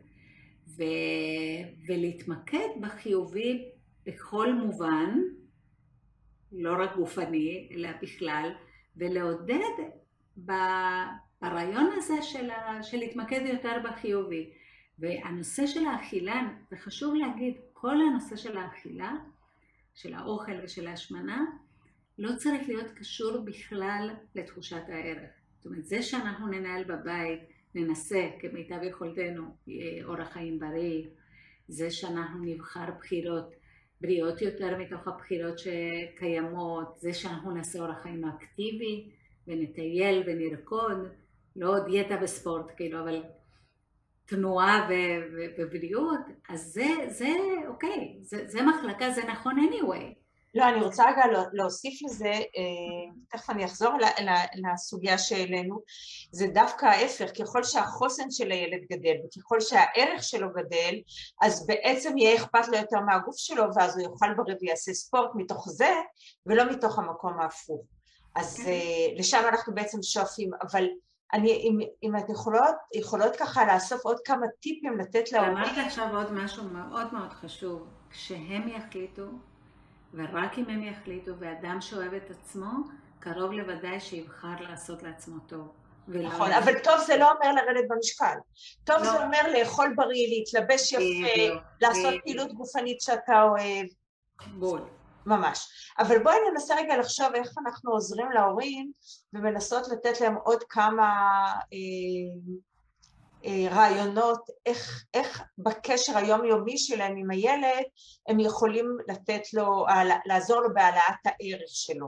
ולהתמקד בחיובי בכל מובן, לא רק גופני, אלא בכלל, ולעודד ברעיון הזה של להתמקד יותר בחיובי. והנושא של האכילה, זה חשוב להגיד, כל הנושא של האכילה, של האוכל ושל ההשמנה, לא צריך להיות קשור בכלל לתחושת הערך. זאת אומרת, זה שאנחנו ננהל בבית, ננסה כמיטב יכולתנו אורח חיים בריא, זה שאנחנו נבחר בחירות בריאות יותר מתוך הבחירות שקיימות, זה שאנחנו נעשה אורח חיים אקטיבי ונטייל ונרקוד, לא דיאטה וספורט, כאילו, אבל תנועה ובריאות, אז זה אוקיי, זה מחלקה, זה נכון anyway. לא, אני רוצה רגע להוסיף לזה, תכף אני אחזור לסוגיה שהעלינו, זה דווקא ההפך, ככל שהחוסן של הילד גדל וככל שהערך שלו גדל, אז בעצם יהיה אכפת לו יותר מהגוף שלו, ואז הוא יוכל בריא ויעשה ספורט מתוך זה, ולא מתוך המקום ההפוך. אז לשם אנחנו בעצם שואפים, אבל אם את יכולות ככה לאסוף עוד כמה טיפים לתת להורים. אמרת עכשיו עוד משהו מאוד מאוד חשוב, כשהם יחליטו, ורק אם הם יחליטו, ואדם שאוהב את עצמו, קרוב לוודאי שיבחר לעשות לעצמו טוב. נכון, אבל טוב זה לא אומר לרדת במשקל. טוב זה אומר לאכול בריא, להתלבש יפה, לעשות פעילות גופנית שאתה אוהב. בול. ממש. אבל בואי ננסה רגע לחשוב איך אנחנו עוזרים להורים, ומנסות לתת להם עוד כמה רעיונות, איך בקשר היומיומי שלהם עם הילד, הם יכולים לתת לו, לעזור לו בהעלאת הערך שלו.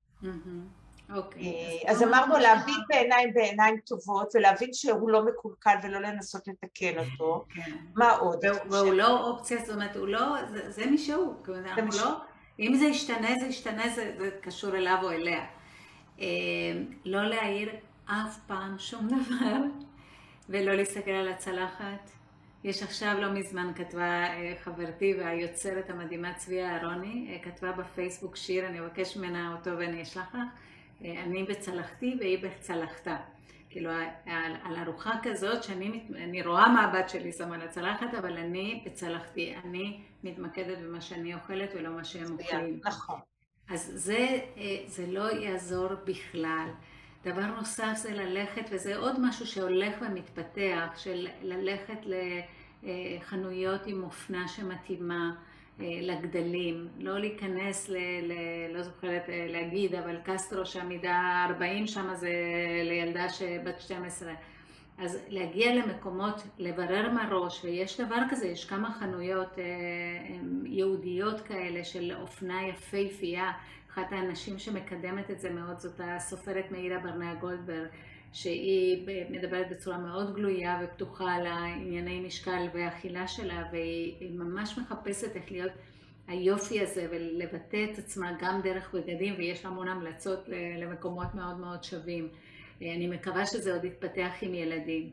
אז אמרנו להביט בעיניים טובות, ולהבין שהוא לא מקולקל ולא לנסות לתקן אותו. מה עוד? והוא לא אופציה, זאת אומרת, זה מישהו, אם זה ישתנה, זה קשור אליו או אליה. לא להעיר אף פעם שום דבר, ולא להסתכל על הצלחת. יש עכשיו לא מזמן כתבה חברתי והיוצרת המדהימה צביה אהרוני, כתבה בפייסבוק שיר, אני אבקש ממנה אותו ואני אשלח לך, אני בצלחתי והיא בצלחתה. כאילו על ארוחה כזאת שאני רואה מה הבת שלי שמה לצלחת, אבל אני בצלחתי, אני מתמקדת במה שאני אוכלת ולא מה שהם אוכלים. נכון. אז זה לא יעזור בכלל. דבר נוסף זה ללכת, וזה עוד משהו שהולך ומתפתח, של ללכת לחנויות עם אופנה שמתאימה לגדלים, לא להיכנס לא זוכרת להגיד, אבל קסטרו שהמידה 40 שם זה לילדה בת 12. אז להגיע למקומות, לברר מראש, ויש דבר כזה, יש כמה חנויות יהודיות כאלה של אופנה יפהפייה. אחת האנשים שמקדמת את זה מאוד זאת הסופרת מאירה ברנע גולדברג, שהיא מדברת בצורה מאוד גלויה ופתוחה על הענייני משקל והאכילה שלה, והיא ממש מחפשת איך להיות היופי הזה ולבטא את עצמה גם דרך בגדים, ויש לה המון המלצות למקומות מאוד מאוד שווים. אני מקווה שזה עוד יתפתח עם ילדים.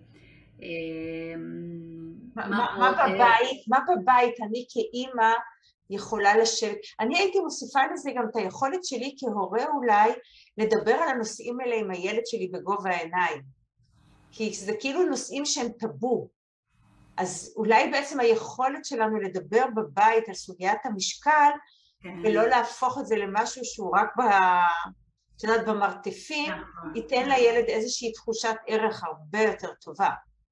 מה בבית אני כאימא יכולה לשבת? אני הייתי מוסיפה לזה גם את היכולת שלי כהורה אולי לדבר על הנושאים האלה עם הילד שלי בגובה העיניים, כי זה כאילו נושאים שהם טאבו. אז אולי בעצם היכולת שלנו לדבר בבית על סוגיית המשקל, ולא להפוך את זה למשהו שהוא רק במרתפים, ייתן לילד איזושהי תחושת ערך הרבה יותר טובה.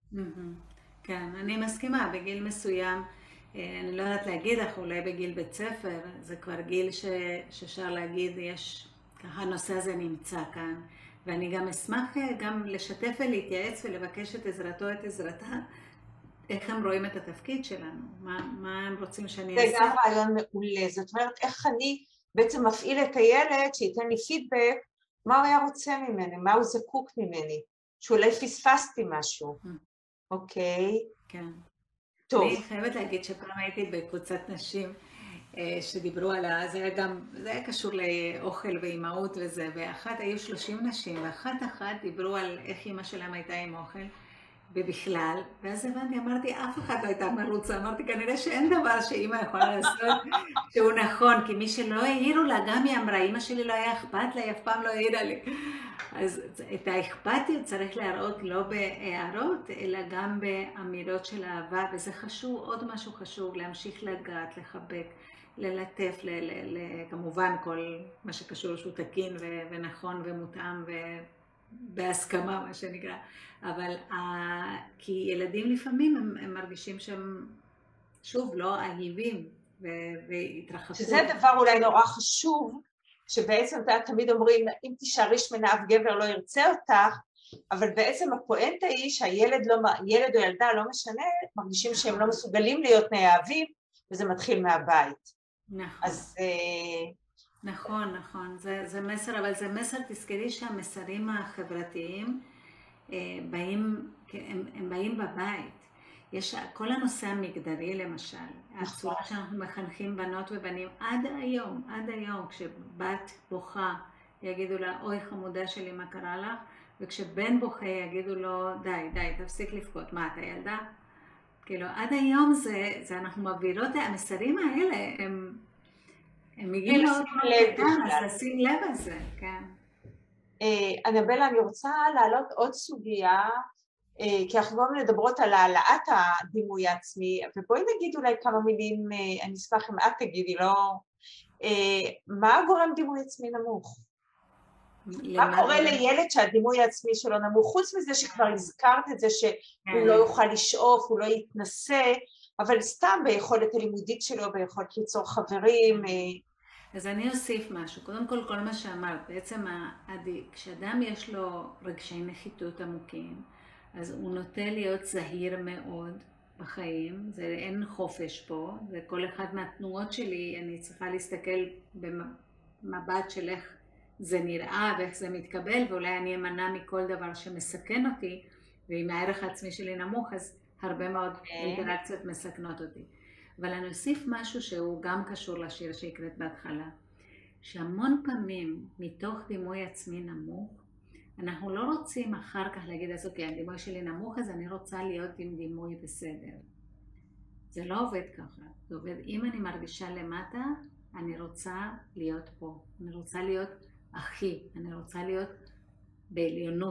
כן, אני מסכימה, בגיל מסוים, אני לא יודעת להגיד לך, אולי בגיל בית ספר, זה כבר גיל שאפשר להגיד, ככה הנושא הזה נמצא כאן, ואני גם אשמח גם לשתף ולהתייעץ ולבקש את עזרתו, את עזרתה, איך הם רואים את התפקיד שלנו, מה הם רוצים שאני אעשה. זה גם רעיון מעולה, זאת אומרת, איך אני בעצם מפעיל את הילד שייתן לי פידבק, מה הוא היה רוצה ממני, מה הוא זקוק ממני, שאולי פספסתי משהו. אוקיי. כן. טוב. אני חייבת להגיד שפעם הייתי בקבוצת נשים שדיברו על זה היה קשור לאוכל ואימהות וזה, היו 30 נשים, ואחת דיברו על איך אמא שלהם הייתה עם אוכל, ובכלל, ואז הבנתי, אמרתי, אף אחד לא הייתה מרוצה, אמרתי, כנראה שאין דבר שאמא יכולה לעשות שהוא נכון, כי מי שלא העירו לה, גם היא אמרה, אמא שלי לא היה אכפת לה, היא אף פעם לא העירה לי. אז את האכפתיות צריך להראות לא בהערות, אלא גם באמירות של אהבה, וזה חשוב, עוד משהו חשוב, להמשיך לגעת, לחבק, ללטף, כמובן כל מה שקשור שהוא תקין ונכון ומותאם בהסכמה, מה שנקרא. אבל כי ילדים לפעמים הם מרגישים שהם, שוב, לא אהיבים והתרחקו. שזה דבר אולי נורא חשוב, שבעצם תמיד אומרים, אם תישארי שמנה אף גבר לא ירצה אותך, אבל בעצם הפואנטה היא שהילד או ילדה לא משנה, מרגישים שהם לא מסוגלים להיות נאהבים, וזה מתחיל מהבית. נכון. אז נכון, זה מסר, אבל זה מסר, תזכרי שהמסרים החברתיים הם באים בבית. יש כל הנושא המגדרי למשל, הצורה שאנחנו מחנכים בנות ובנים עד היום, כשבת בוכה יגידו לה, אוי חמודה שלי מה קרה לך, וכשבן בוכה יגידו לו, די, תפסיק לבכות, מה אתה ילדה? כאילו עד היום אנחנו מעבירות, המסרים האלה הם מגיעים מאוד קטן, אז לשים לב על זה, כן. אנבלה, אני רוצה להעלות עוד סוגיה, כי אנחנו גם מדברות על העלאת הדימוי העצמי, ובואי נגיד אולי כמה מילים, אני אשמח אם את תגידי, לא, מה גורם דימוי עצמי נמוך? מה קורה לילד שהדימוי העצמי שלו נמוך? חוץ מזה שכבר הזכרת את זה שהוא לא יוכל לשאוף, הוא לא יתנסה, אבל סתם ביכולת הלימודית שלו, ביכולת ליצור חברים. אז אני אוסיף משהו. קודם כל מה שאמרת, בעצם כשאדם יש לו רגשי נחיתות עמוקים, אז הוא נוטה להיות זהיר מאוד בחיים, אין חופש פה, וכל אחד מהתנועות שלי אני צריכה להסתכל במבט של איך זה נראה ואיך זה מתקבל, ואולי אני אמנע מכל דבר שמסכן אותי, ואם הערך העצמי שלי נמוך, אז הרבה מאוד אינטראקציות מסכנות אותי. אבל אני אוסיף משהו שהוא גם קשור לשיר שהקראת בהתחלה, שהמון פעמים מתוך דימוי עצמי נמוך, אנחנו לא רוצים אחר כך להגיד, אז אוקיי, הדימוי שלי נמוך, אז אני רוצה להיות עם דימוי בסדר. זה לא עובד ככה. זה עובד, אם אני מרגישה למטה, אני רוצה להיות פה. אני רוצה להיות אחי. אני רוצה להיות בעליונות.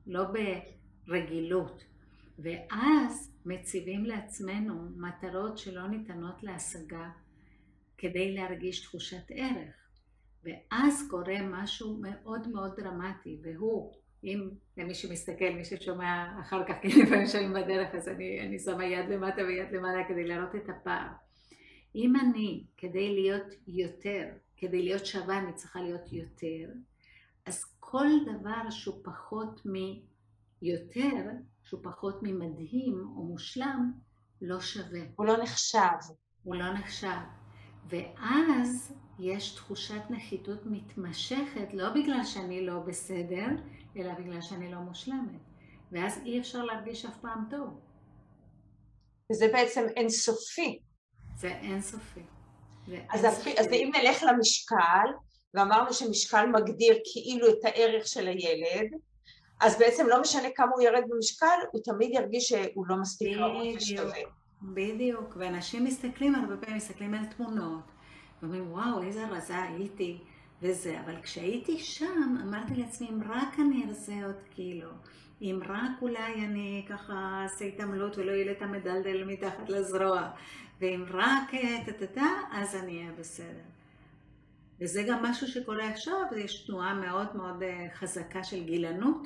לא ברגילות. ואז מציבים לעצמנו מטרות שלא ניתנות להשגה כדי להרגיש תחושת ערך. ואז קורה משהו מאוד מאוד דרמטי, והוא, אם למי שמסתכל, מי ששומע אחר כך, כי לפעמים שומעים בדרך, אז אני שמה יד למטה ויד למעלה כדי לראות את הפער. אם אני, כדי להיות יותר, כדי להיות שווה, אני צריכה להיות יותר, אז כל דבר שהוא פחות מיותר, שהוא פחות ממדהים או מושלם, לא שווה. הוא לא נחשב. הוא לא נחשב. ואז יש תחושת נחיתות מתמשכת, לא בגלל שאני לא בסדר, אלא בגלל שאני לא מושלמת. ואז אי אפשר להרגיש אף פעם טוב. וזה בעצם אינסופי. זה אינסופי. אז אם נלך למשקל, ואמרנו שמשקל מגדיר כאילו את הערך של הילד, אז בעצם לא משנה כמה הוא ירד במשקל, הוא תמיד ירגיש שהוא לא מספיק ראוי ושווה. בדיוק, ואנשים מסתכלים, הרבה פעמים מסתכלים על תמונות, ואומרים, וואו, איזה רזה הייתי, וזה, אבל כשהייתי שם, אמרתי לעצמי, אם רק אני ארזה עוד קילו, אם רק אולי אני ככה אעשה התעמלות ולא יהיה לי את המדלדל מתחת לזרוע, ואם רק אז אני אהיה בסדר. וזה גם משהו שקורה עכשיו, יש תנועה מאוד מאוד חזקה של גילנות,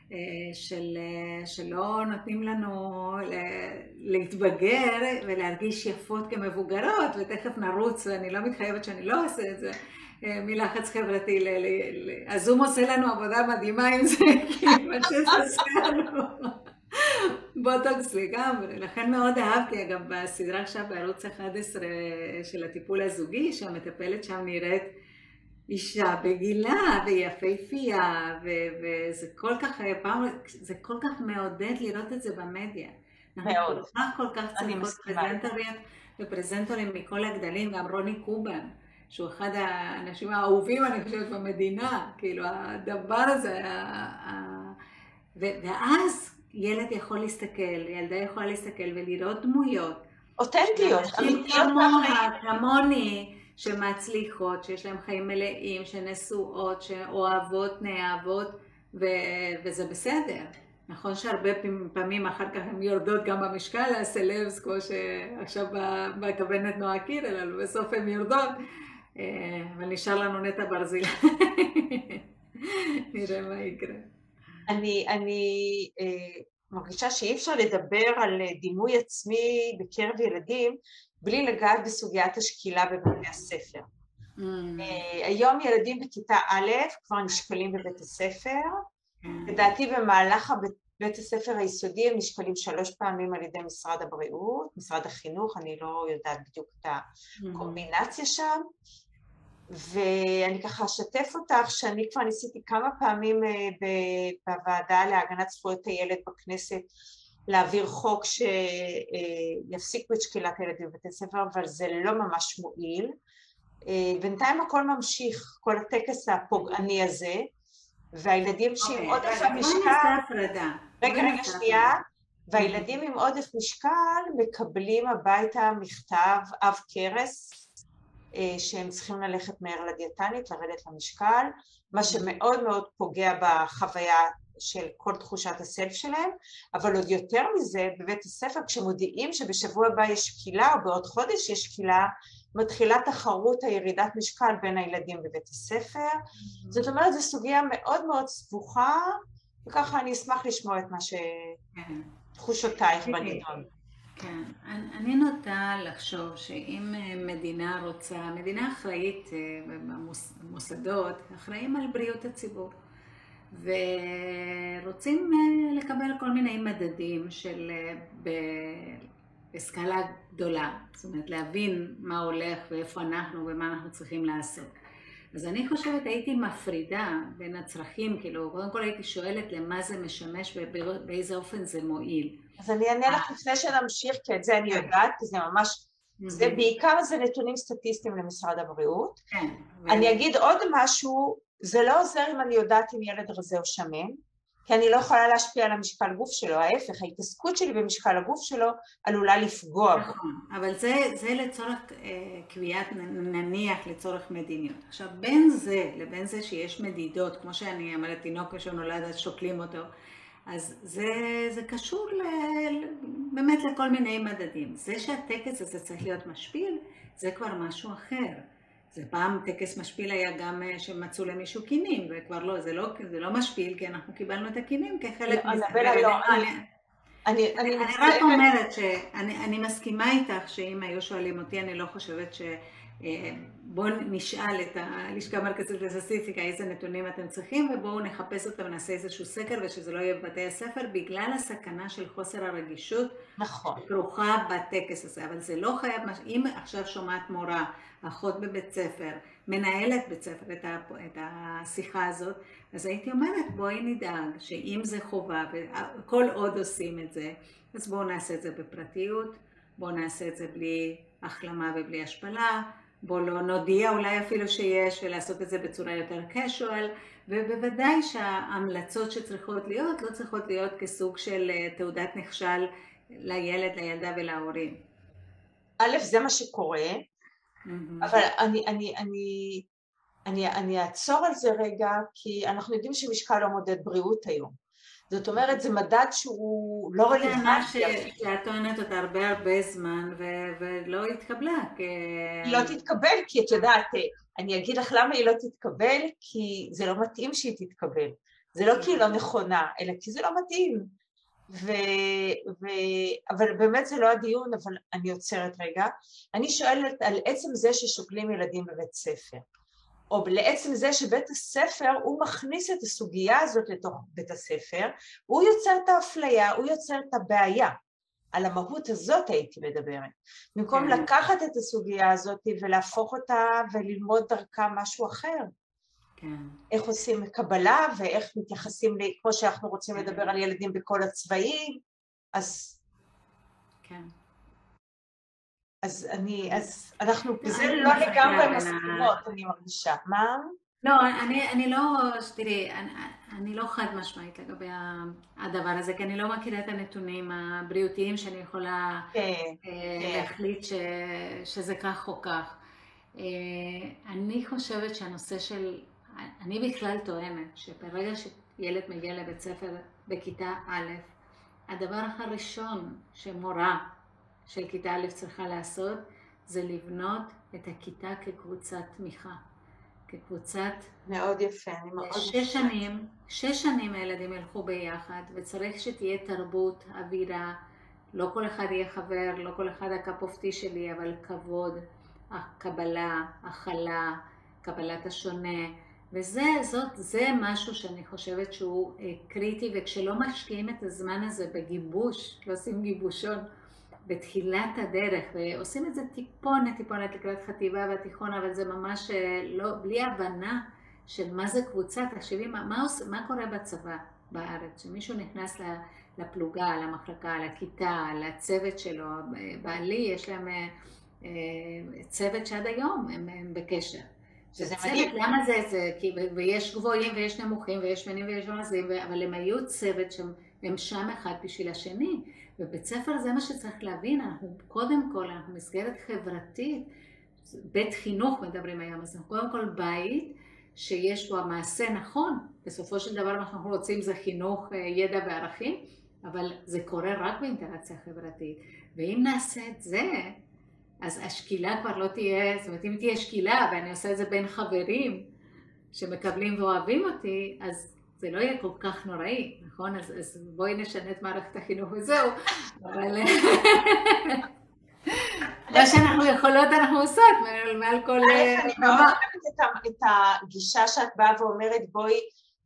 שלא נותנים לנו להתבגר ולהרגיש יפות כמבוגרות, ותכף נרוץ, ואני לא מתחייבת שאני לא אעשה את זה, מלחץ חברתי, הזום עושה לנו עבודה מדהימה עם זה, כי מה שזה עושה לנו בוטוקס לגמרי. לכן מאוד אהבתי, אגב, בסדרה עכשיו בערוץ 11 של הטיפול הזוגי, שהמטפלת שם נראית אישה בגילה ויפהפייה, וזה כל כך, זה כל כך מעודד לראות את זה במדיה. מאוד. כל כך צריכות פרזנטוריות ופרזנטורים מכל הגדלים, גם רוני קובן, שהוא אחד האנשים האהובים, אני חושבת, במדינה, כאילו הדבר הזה, ואז ילד יכול להסתכל, ילדה יכולה להסתכל ולראות דמויות. אותנטיות, אמיתיות כמוני, שמצליחות, שיש להם חיים מלאים, שנשואות, שאוהבות, נאהבות, וזה בסדר. נכון שהרבה פעמים אחר כך הן יורדות גם במשקל, הסלבס, כמו שעכשיו בכוונת נועה קירל, אבל בסוף הן יורדות, ונשאר לנו נטע ברזיל. נראה מה יקרה. אני מרגישה שאי אפשר לדבר על דימוי עצמי בקרב ילדים, בלי לגעת בסוגיית השקילה בבתי הספר. היום ילדים בכיתה א' כבר נשקלים בבית הספר, לדעתי במהלך בית הספר היסודי הם נשקלים 3 פעמים על ידי משרד הבריאות, משרד החינוך, אני לא יודעת בדיוק את הקומבינציה שם, ואני ככה אשתף אותך שאני כבר ניסיתי כמה פעמים בוועדה להגנת זכויות הילד בכנסת, להעביר חוק שיפסיק את שקילת הילדים בבתי ספר, אבל זה לא ממש מועיל. בינתיים הכל ממשיך, כל הטקס הפוגעני הזה, והילדים שעם עודף המשקל, רגע שנייה, והילדים עם עודף משקל מקבלים הביתה מכתב עב כרס, שהם צריכים ללכת מהר לדיאטנית, לרדת למשקל, מה שמאוד מאוד פוגע בחוויה של כל תחושת הסלף שלהם, אבל עוד יותר מזה, בבית הספר, כשמודיעים שבשבוע הבא יש שקילה, או בעוד חודש יש שקילה, מתחילה תחרות הירידת משקל בין הילדים בבית הספר. זאת אומרת, זו סוגיה מאוד מאוד סבוכה, וככה אני אשמח לשמוע את מה שתחושותייך בנידון. כן, אני נוטה לחשוב שאם מדינה רוצה, מדינה אחראית, במוסדות, אחראים על בריאות הציבור. ורוצים לקבל כל מיני מדדים של בסקאלה גדולה, זאת אומרת להבין מה הולך ואיפה אנחנו ומה אנחנו צריכים לעשות. אז אני חושבת הייתי מפרידה בין הצרכים, כאילו קודם כל הייתי שואלת למה זה משמש ובאיזה אופן זה מועיל. אז אני אענה לך לפני שנמשיך, כי את זה אני יודעת, כי זה ממש, זה בעיקר זה נתונים סטטיסטיים למשרד הבריאות. אני אגיד עוד משהו, זה לא עוזר אם אני יודעת אם ילד רזה או שמן, כי אני לא יכולה להשפיע על המשקל גוף שלו, ההפך, ההתעסקות שלי במשקל הגוף שלו עלולה לפגוע. נכון, אבל זה לצורך קביעת, נניח לצורך מדיניות. עכשיו, בין זה לבין זה שיש מדידות, כמו שאני אמרת, תינוק כשהוא נולד אז שוקלים אותו, אז זה קשור באמת לכל מיני מדדים. זה שהטקס הזה צריך להיות משפיל, זה כבר משהו אחר. זה פעם טקס משפיל היה גם שמצאו למישהו קינים, וכבר לא, זה לא משפיל, כי אנחנו קיבלנו את הקינים כחלק מזה. אני רק אומרת שאני מסכימה איתך שאם היו שואלים אותי, אני לא חושבת בואו נשאל את הלשכה המרכזית לסטטיסטיקה איזה נתונים אתם צריכים, ובואו נחפש אותם ונעשה איזשהו סקר, ושזה לא יהיה בבתי הספר, בגלל הסכנה של חוסר הרגישות שכרוכה בטקס הזה. אבל זה לא חייב, אם עכשיו שומעת מורה, אחות בבית ספר, מנהלת בית ספר את השיחה הזאת, אז הייתי אומרת בואי נדאג שאם זה חובה, וכל עוד עושים את זה, אז בואו נעשה את זה בפרטיות, בואו נעשה את זה בלי החלמה ובלי השפלה, בואו לא נודיע אולי אפילו שיש, ולעשות את זה בצורה יותר casual, ובוודאי שההמלצות שצריכות להיות, לא צריכות להיות כסוג של תעודת נכשל לילד, לילדה ולהורים. א', זה מה שקורה, אבל אני אעצור על זה רגע, כי אנחנו יודעים שמשקל לא מודד בריאות היום. זאת אומרת, זה מדד שהוא לא רלוונטי. שאת טוענת אותה הרבה זמן ולא התקבלה. היא לא תתקבל, כי את יודעת, אני אגיד לך למה היא לא תתקבל, כי זה לא מתאים שהיא תתקבל. זה לא כי היא לא נכונה, אלא כי זה לא מתאים. אבל באמת זה לא הדיון, אבל אני עוצרת רגע. אני שואלת על עצם זה ששוקלים ילדים בבית ספר. או לעצם זה שבית הספר הוא מכניס את הסוגיה הזאת לתוך בית הספר, הוא יוצר את האפליה, הוא יוצר את הבעיה. על המהות הזאת הייתי מדברת. במקום לקחת את הסוגיה הזאת ולהפוך אותה וללמוד דרכה משהו אחר. איך עושים קבלה ואיך מתייחסים, כמו שאנחנו רוצים לדבר על ילדים בכל הצבעים, אז אנחנו בזה לא לגמרי מסכימות, אני מרגישה. מה? לא, אני לא חד משמעית לגבי הדבר הזה, כי אני לא מכירה את הנתונים הבריאותיים שאני יכולה להחליט שזה כך או כך. אני חושבת שהנושא של, אני בכלל טוענת שברגע שילד מגיע לבית ספר בכיתה א', הדבר הראשון שמורה של כיתה א' צריכה לעשות, זה לבנות את הכיתה כקבוצת תמיכה. כקבוצת... מאוד יפה, אני מאוד... 6 שנים הילדים ילכו ביחד, וצריך שתהיה תרבות, אווירה, לא כל אחד יהיה חבר, לא כל אחד הקפופטי שלי, אבל כבוד, הקבלה, הכלה, קבלת השונה, וזה משהו שאני חושבת שהוא קריטי, וכשלא משקיעים את הזמן הזה בגיבוש, לא עושים גיבושון, בתחילת הדרך, ועושים את זה טיפונת לקראת חטיבה והתיכון, אבל זה ממש לא, בלי הבנה של מה זה קבוצה. תחשבי, מה קורה בצבא בארץ? שמישהו נכנס לפלוגה, למחלקה, לכיתה, לצוות שלו, בעלי יש להם צוות שעד היום הם בקשר. שזה מדהים. למה זה? ויש גבוהים ויש נמוכים ויש מנים ויש רמזים, אבל הם היו צוות שהם שם אחד בשביל השני. ובית ספר זה מה שצריך להבין, אנחנו קודם כל, אנחנו מסגרת חברתית, בית חינוך מדברים היום, אז אנחנו קודם כל בית שיש בו המעשה נכון, בסופו של דבר אנחנו רוצים זה חינוך, ידע וערכים, אבל זה קורה רק באינטראקציה חברתית, ואם נעשה את זה, אז השקילה כבר לא תהיה, זאת אומרת אם תהיה שקילה ואני עושה את זה בין חברים שמקבלים ואוהבים אותי, אז זה לא יהיה כל כך נוראי, נכון? אז בואי נשנה את מערכת החינוך וזהו, אבל מה שאנחנו יכולות אנחנו עושות, מעל כל... אני מאוד אוהבת את הגישה שאת באה ואומרת, בואי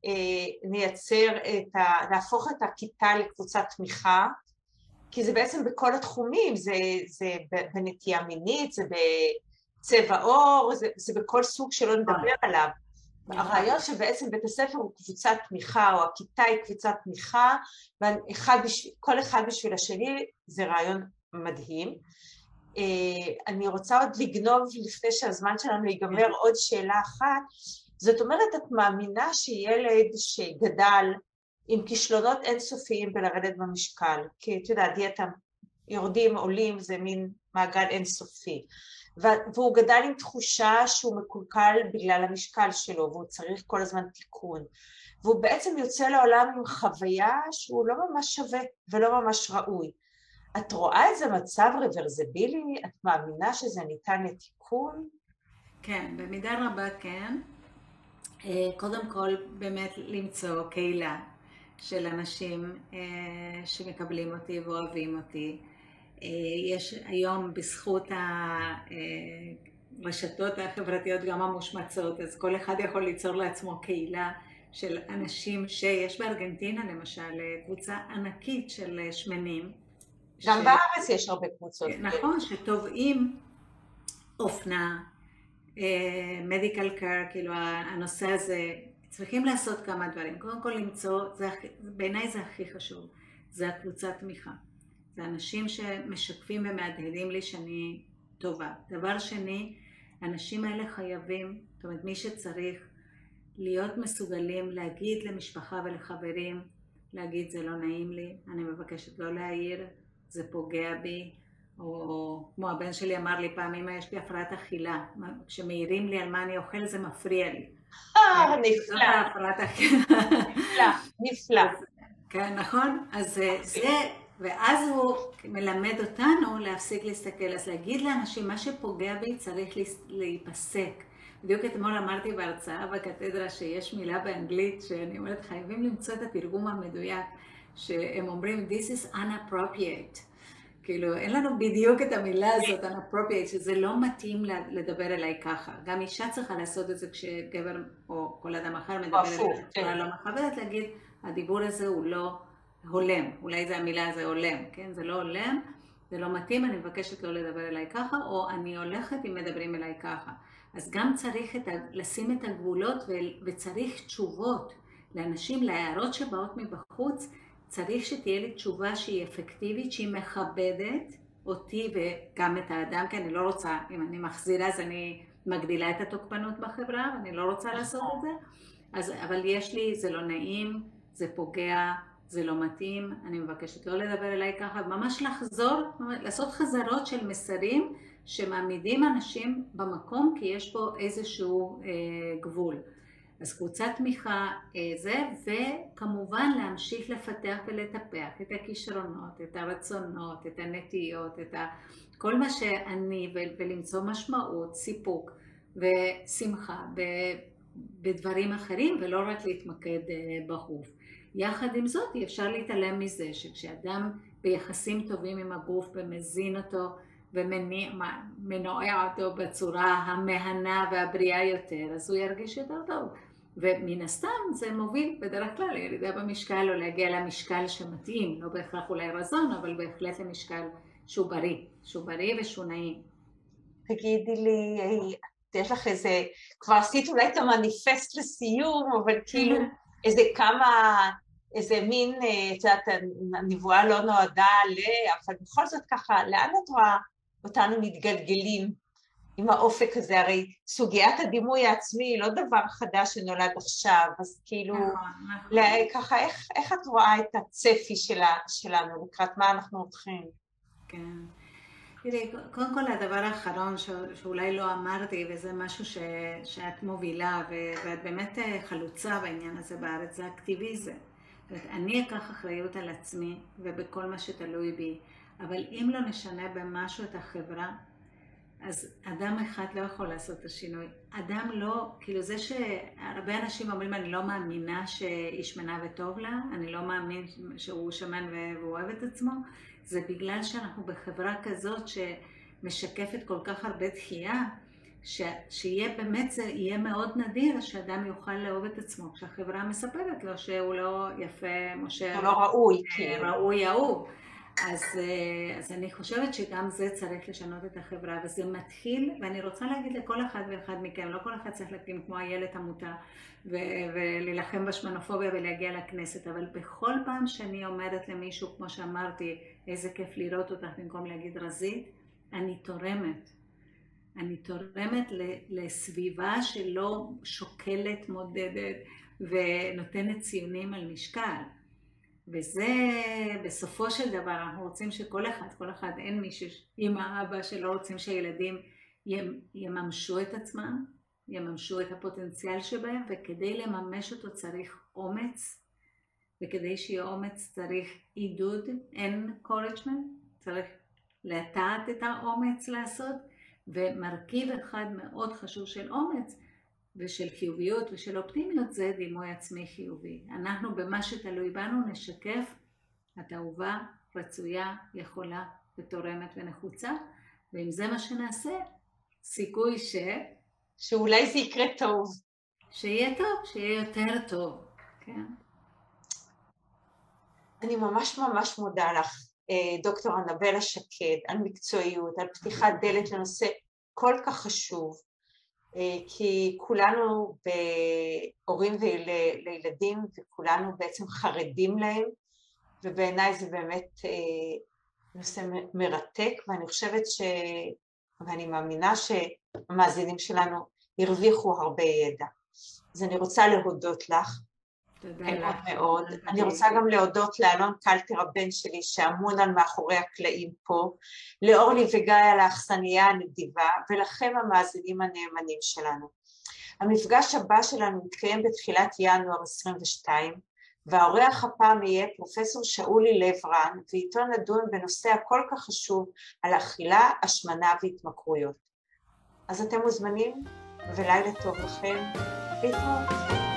נהפוך את הכיתה לקבוצת תמיכה, כי זה בעצם בכל התחומים, זה בנטייה מינית, זה בצבע עור, זה בכל סוג שלא נדבר עליו. הרעיון שבעצם בית הספר הוא קבוצת תמיכה, או הכיתה היא קבוצת תמיכה, וכל אחד בשביל השני זה רעיון מדהים. אני רוצה עוד לגנוב לפני שהזמן שלנו ייגמר עוד שאלה אחת, זאת אומרת, את מאמינה שילד שגדל עם כישלונות אינסופיים בלרדת במשקל, כי אתה יודע, דיאטה יורדים, עולים, זה מין מעגל אינסופי, והוא גדל עם תחושה שהוא מקולקל בגלל המשקל שלו, והוא צריך כל הזמן תיקון, והוא בעצם יוצא לעולם עם חוויה שהוא לא ממש שווה ולא ממש ראוי. את רואה איזה מצב רוורסבילי? את מאמינה שזה ניתן לתיקון? כן, במידה רבה כן. קודם כל באמת למצוא קהילה של אנשים שמקבלים אותי ואוהבים אותי. יש היום בזכות הרשתות החברתיות גם המושמצות, אז כל אחד יכול ליצור לעצמו קהילה של אנשים שיש בארגנטינה למשל קבוצה ענקית של שמנים. גם בארץ יש הרבה קבוצות. נכון, שטובעים אופנה, מדיקל קר, כאילו הנושא הזה, צריכים לעשות כמה דברים. קודם כל למצוא, בעיניי זה הכי חשוב, זה הקבוצת תמיכה. זה אנשים שמשקפים ומהדהדים לי שאני טובה. דבר שני, האנשים האלה חייבים, זאת אומרת מי שצריך להיות מסוגלים להגיד למשפחה ולחברים, להגיד זה לא נעים לי, אני מבקשת לא להעיר, זה פוגע בי, או כמו הבן שלי אמר לי פעם, אמא יש לי הפרעת אכילה, כשמעירים לי על מה אני אוכל זה מפריע לי. נפלא. נפלא, נפלא. כן, נכון? אז זה, ואז הוא מלמד אותנו להפסיק להסתכל, אז להגיד לאנשים, מה שפוגע בי צריך להיפסק. בדיוק אתמול אמרתי בהרצאה בקתדרה שיש מילה באנגלית שאני אומרת, חייבים למצוא את התרגום המדויק, שהם אומרים, this is unappropriate. כאילו, אין לנו בדיוק את המילה הזאת, unappropriate, שזה לא מתאים לדבר אליי ככה. גם אישה צריכה לעשות את זה כשגבר או כל אדם אחר מדבר אליי, בצורה לא מכבדת, להגיד, הדיבור הזה הוא לא הולם. אולי זה המילה הזה הולם, כן? זה לא הולם, זה לא מתאים, אני מבקשת לא לדבר אליי ככה, או אני הולכת אם מדברים אליי ככה. אז גם צריך לשים את הגבולות וצריך תשובות לאנשים, להערות שבאות מבחוץ, צריך שתהיה לי תשובה שהיא אפקטיבית, שהיא מכבדת אותי וגם את האדם, כי אני לא רוצה, אם אני מחזירה אז אני מגדילה את התוקפנות בחברה, ואני לא רוצה לעשות את זה. אבל יש לי, זה לא נעים, זה פוגע, זה לא מתאים, אני מבקשת לא לדבר אליי ככה, ממש לחזור, לעשות חזרות של מסרים שמעמידים אנשים במקום, כי יש פה איזשהו גבול. אז קבוצת תמיכה זה, וכמובן להמשיך לפתח ולטפח את הכישרונות, את הרצונות, את הנטיות, את כל מה שאני, ולמצוא משמעות, סיפוק ושמחה בדברים אחרים, ולא רק להתמקד בחוף. יחד עם זאת, אי אפשר להתעלם מזה שכשאדם ביחסים טובים עם הגוף ומזין אותו ומנועע אותו בצורה המהנה והבריאה יותר, אז הוא ירגיש יותר טוב. ומן הסתם זה מוביל בדרך כלל לירידה במשקל או להגיע למשקל שמתאים, לא בהכרח אולי רזון, אבל בהחלט למשקל שהוא בריא ושהוא נעים. תגידי לי, יש לך איזה, כבר עשית אולי את המניפסט לסיום, אבל כאילו איזה מין, את יודעת, הנבואה לא נועדה אבל בכל זאת ככה, לאן את רואה אותנו מתגלגלים עם האופק הזה? הרי סוגיית הדימוי העצמי היא לא דבר חדש שנולד עכשיו, אז כאילו, ככה, איך את רואה את הצפי שלנו, לקראת מה אנחנו הולכים? כן. תראי, קודם כל הדבר האחרון שאולי לא אמרתי, וזה משהו שאת מובילה, ואת באמת חלוצה בעניין הזה בארץ, זה אקטיביזם. אני אקח אחריות על עצמי ובכל מה שתלוי בי, אבל אם לא נשנה במשהו את החברה, אז אדם אחד לא יכול לעשות את השינוי. אדם לא, כאילו זה שהרבה אנשים אומרים, אני לא מאמינה שהיא שמנה וטוב לה, אני לא מאמין שהוא שמן והוא אוהב את עצמו, זה בגלל שאנחנו בחברה כזאת שמשקפת כל כך הרבה דחייה, שיהיה באמת, זה יהיה מאוד נדיר שאדם יוכל לאהוב את עצמו, כשהחברה מספרת לו שהוא לא יפה, משה, הוא לא ראוי, ראוי אהוב. אז אני חושבת שגם זה צריך לשנות את החברה, וזה מתחיל, ואני רוצה להגיד לכל אחד ואחד מכם, לא כל אחד צריך להקים כמו איילת עמותה, ולהילחם בשמנופוביה ולהגיע לכנסת, אבל בכל פעם שאני אומרת למישהו, כמו שאמרתי, איזה כיף לראות אותך במקום להגיד רזית, אני תורמת. אני תורמת לסביבה שלא שוקלת, מודדת ונותנת ציונים על משקל. וזה בסופו של דבר, אנחנו רוצים שכל אחד, אין מישהו, אמא, אבא, שלא רוצים שהילדים יממשו את עצמם, יממשו את הפוטנציאל שבהם, וכדי לממש אותו צריך אומץ, וכדי שיהיה אומץ צריך עידוד, encouragement, צריך לטעת את האומץ לעשות, ומרכיב אחד מאוד חשוב של אומץ, ושל חיוביות ושל אופטימיות, זה דימוי עצמי חיובי. אנחנו במה שתלוי בנו נשקף את אהובה, רצויה, יכולה ותורמת ונחוצה, ואם זה מה שנעשה, סיכוי שאולי זה יקרה טוב. שיהיה טוב, שיהיה יותר טוב, כן? אני ממש ממש מודה לך, דוקטור אנבלה שקד, על מקצועיות, על פתיחת דלת לנושא כל כך חשוב, כי כולנו בהורים לילדים, וכולנו בעצם חרדים להם, ובעיניי זה באמת נושא מרתק, ואני חושבת ואני מאמינה שהמאזינים שלנו הרוויחו הרבה ידע. אז אני רוצה להודות לך. תודה מאוד לך. מאוד. אני רוצה גם להודות לאלון קלטר, הבן שלי, שאמון על מאחורי הקלעים פה, לאורלי וגיא על האכסניה הנדיבה, ולכם המאזינים הנאמנים שלנו. המפגש הבא שלנו מתקיים בתחילת ינואר 22, והאורח הפעם יהיה פרופסור שאולי לב-רן, ואיתו נדון בנושא הכל כך חשוב על אכילה, השמנה והתמכרויות. אז אתם מוזמנים, ולילה טוב לכם. להתראות.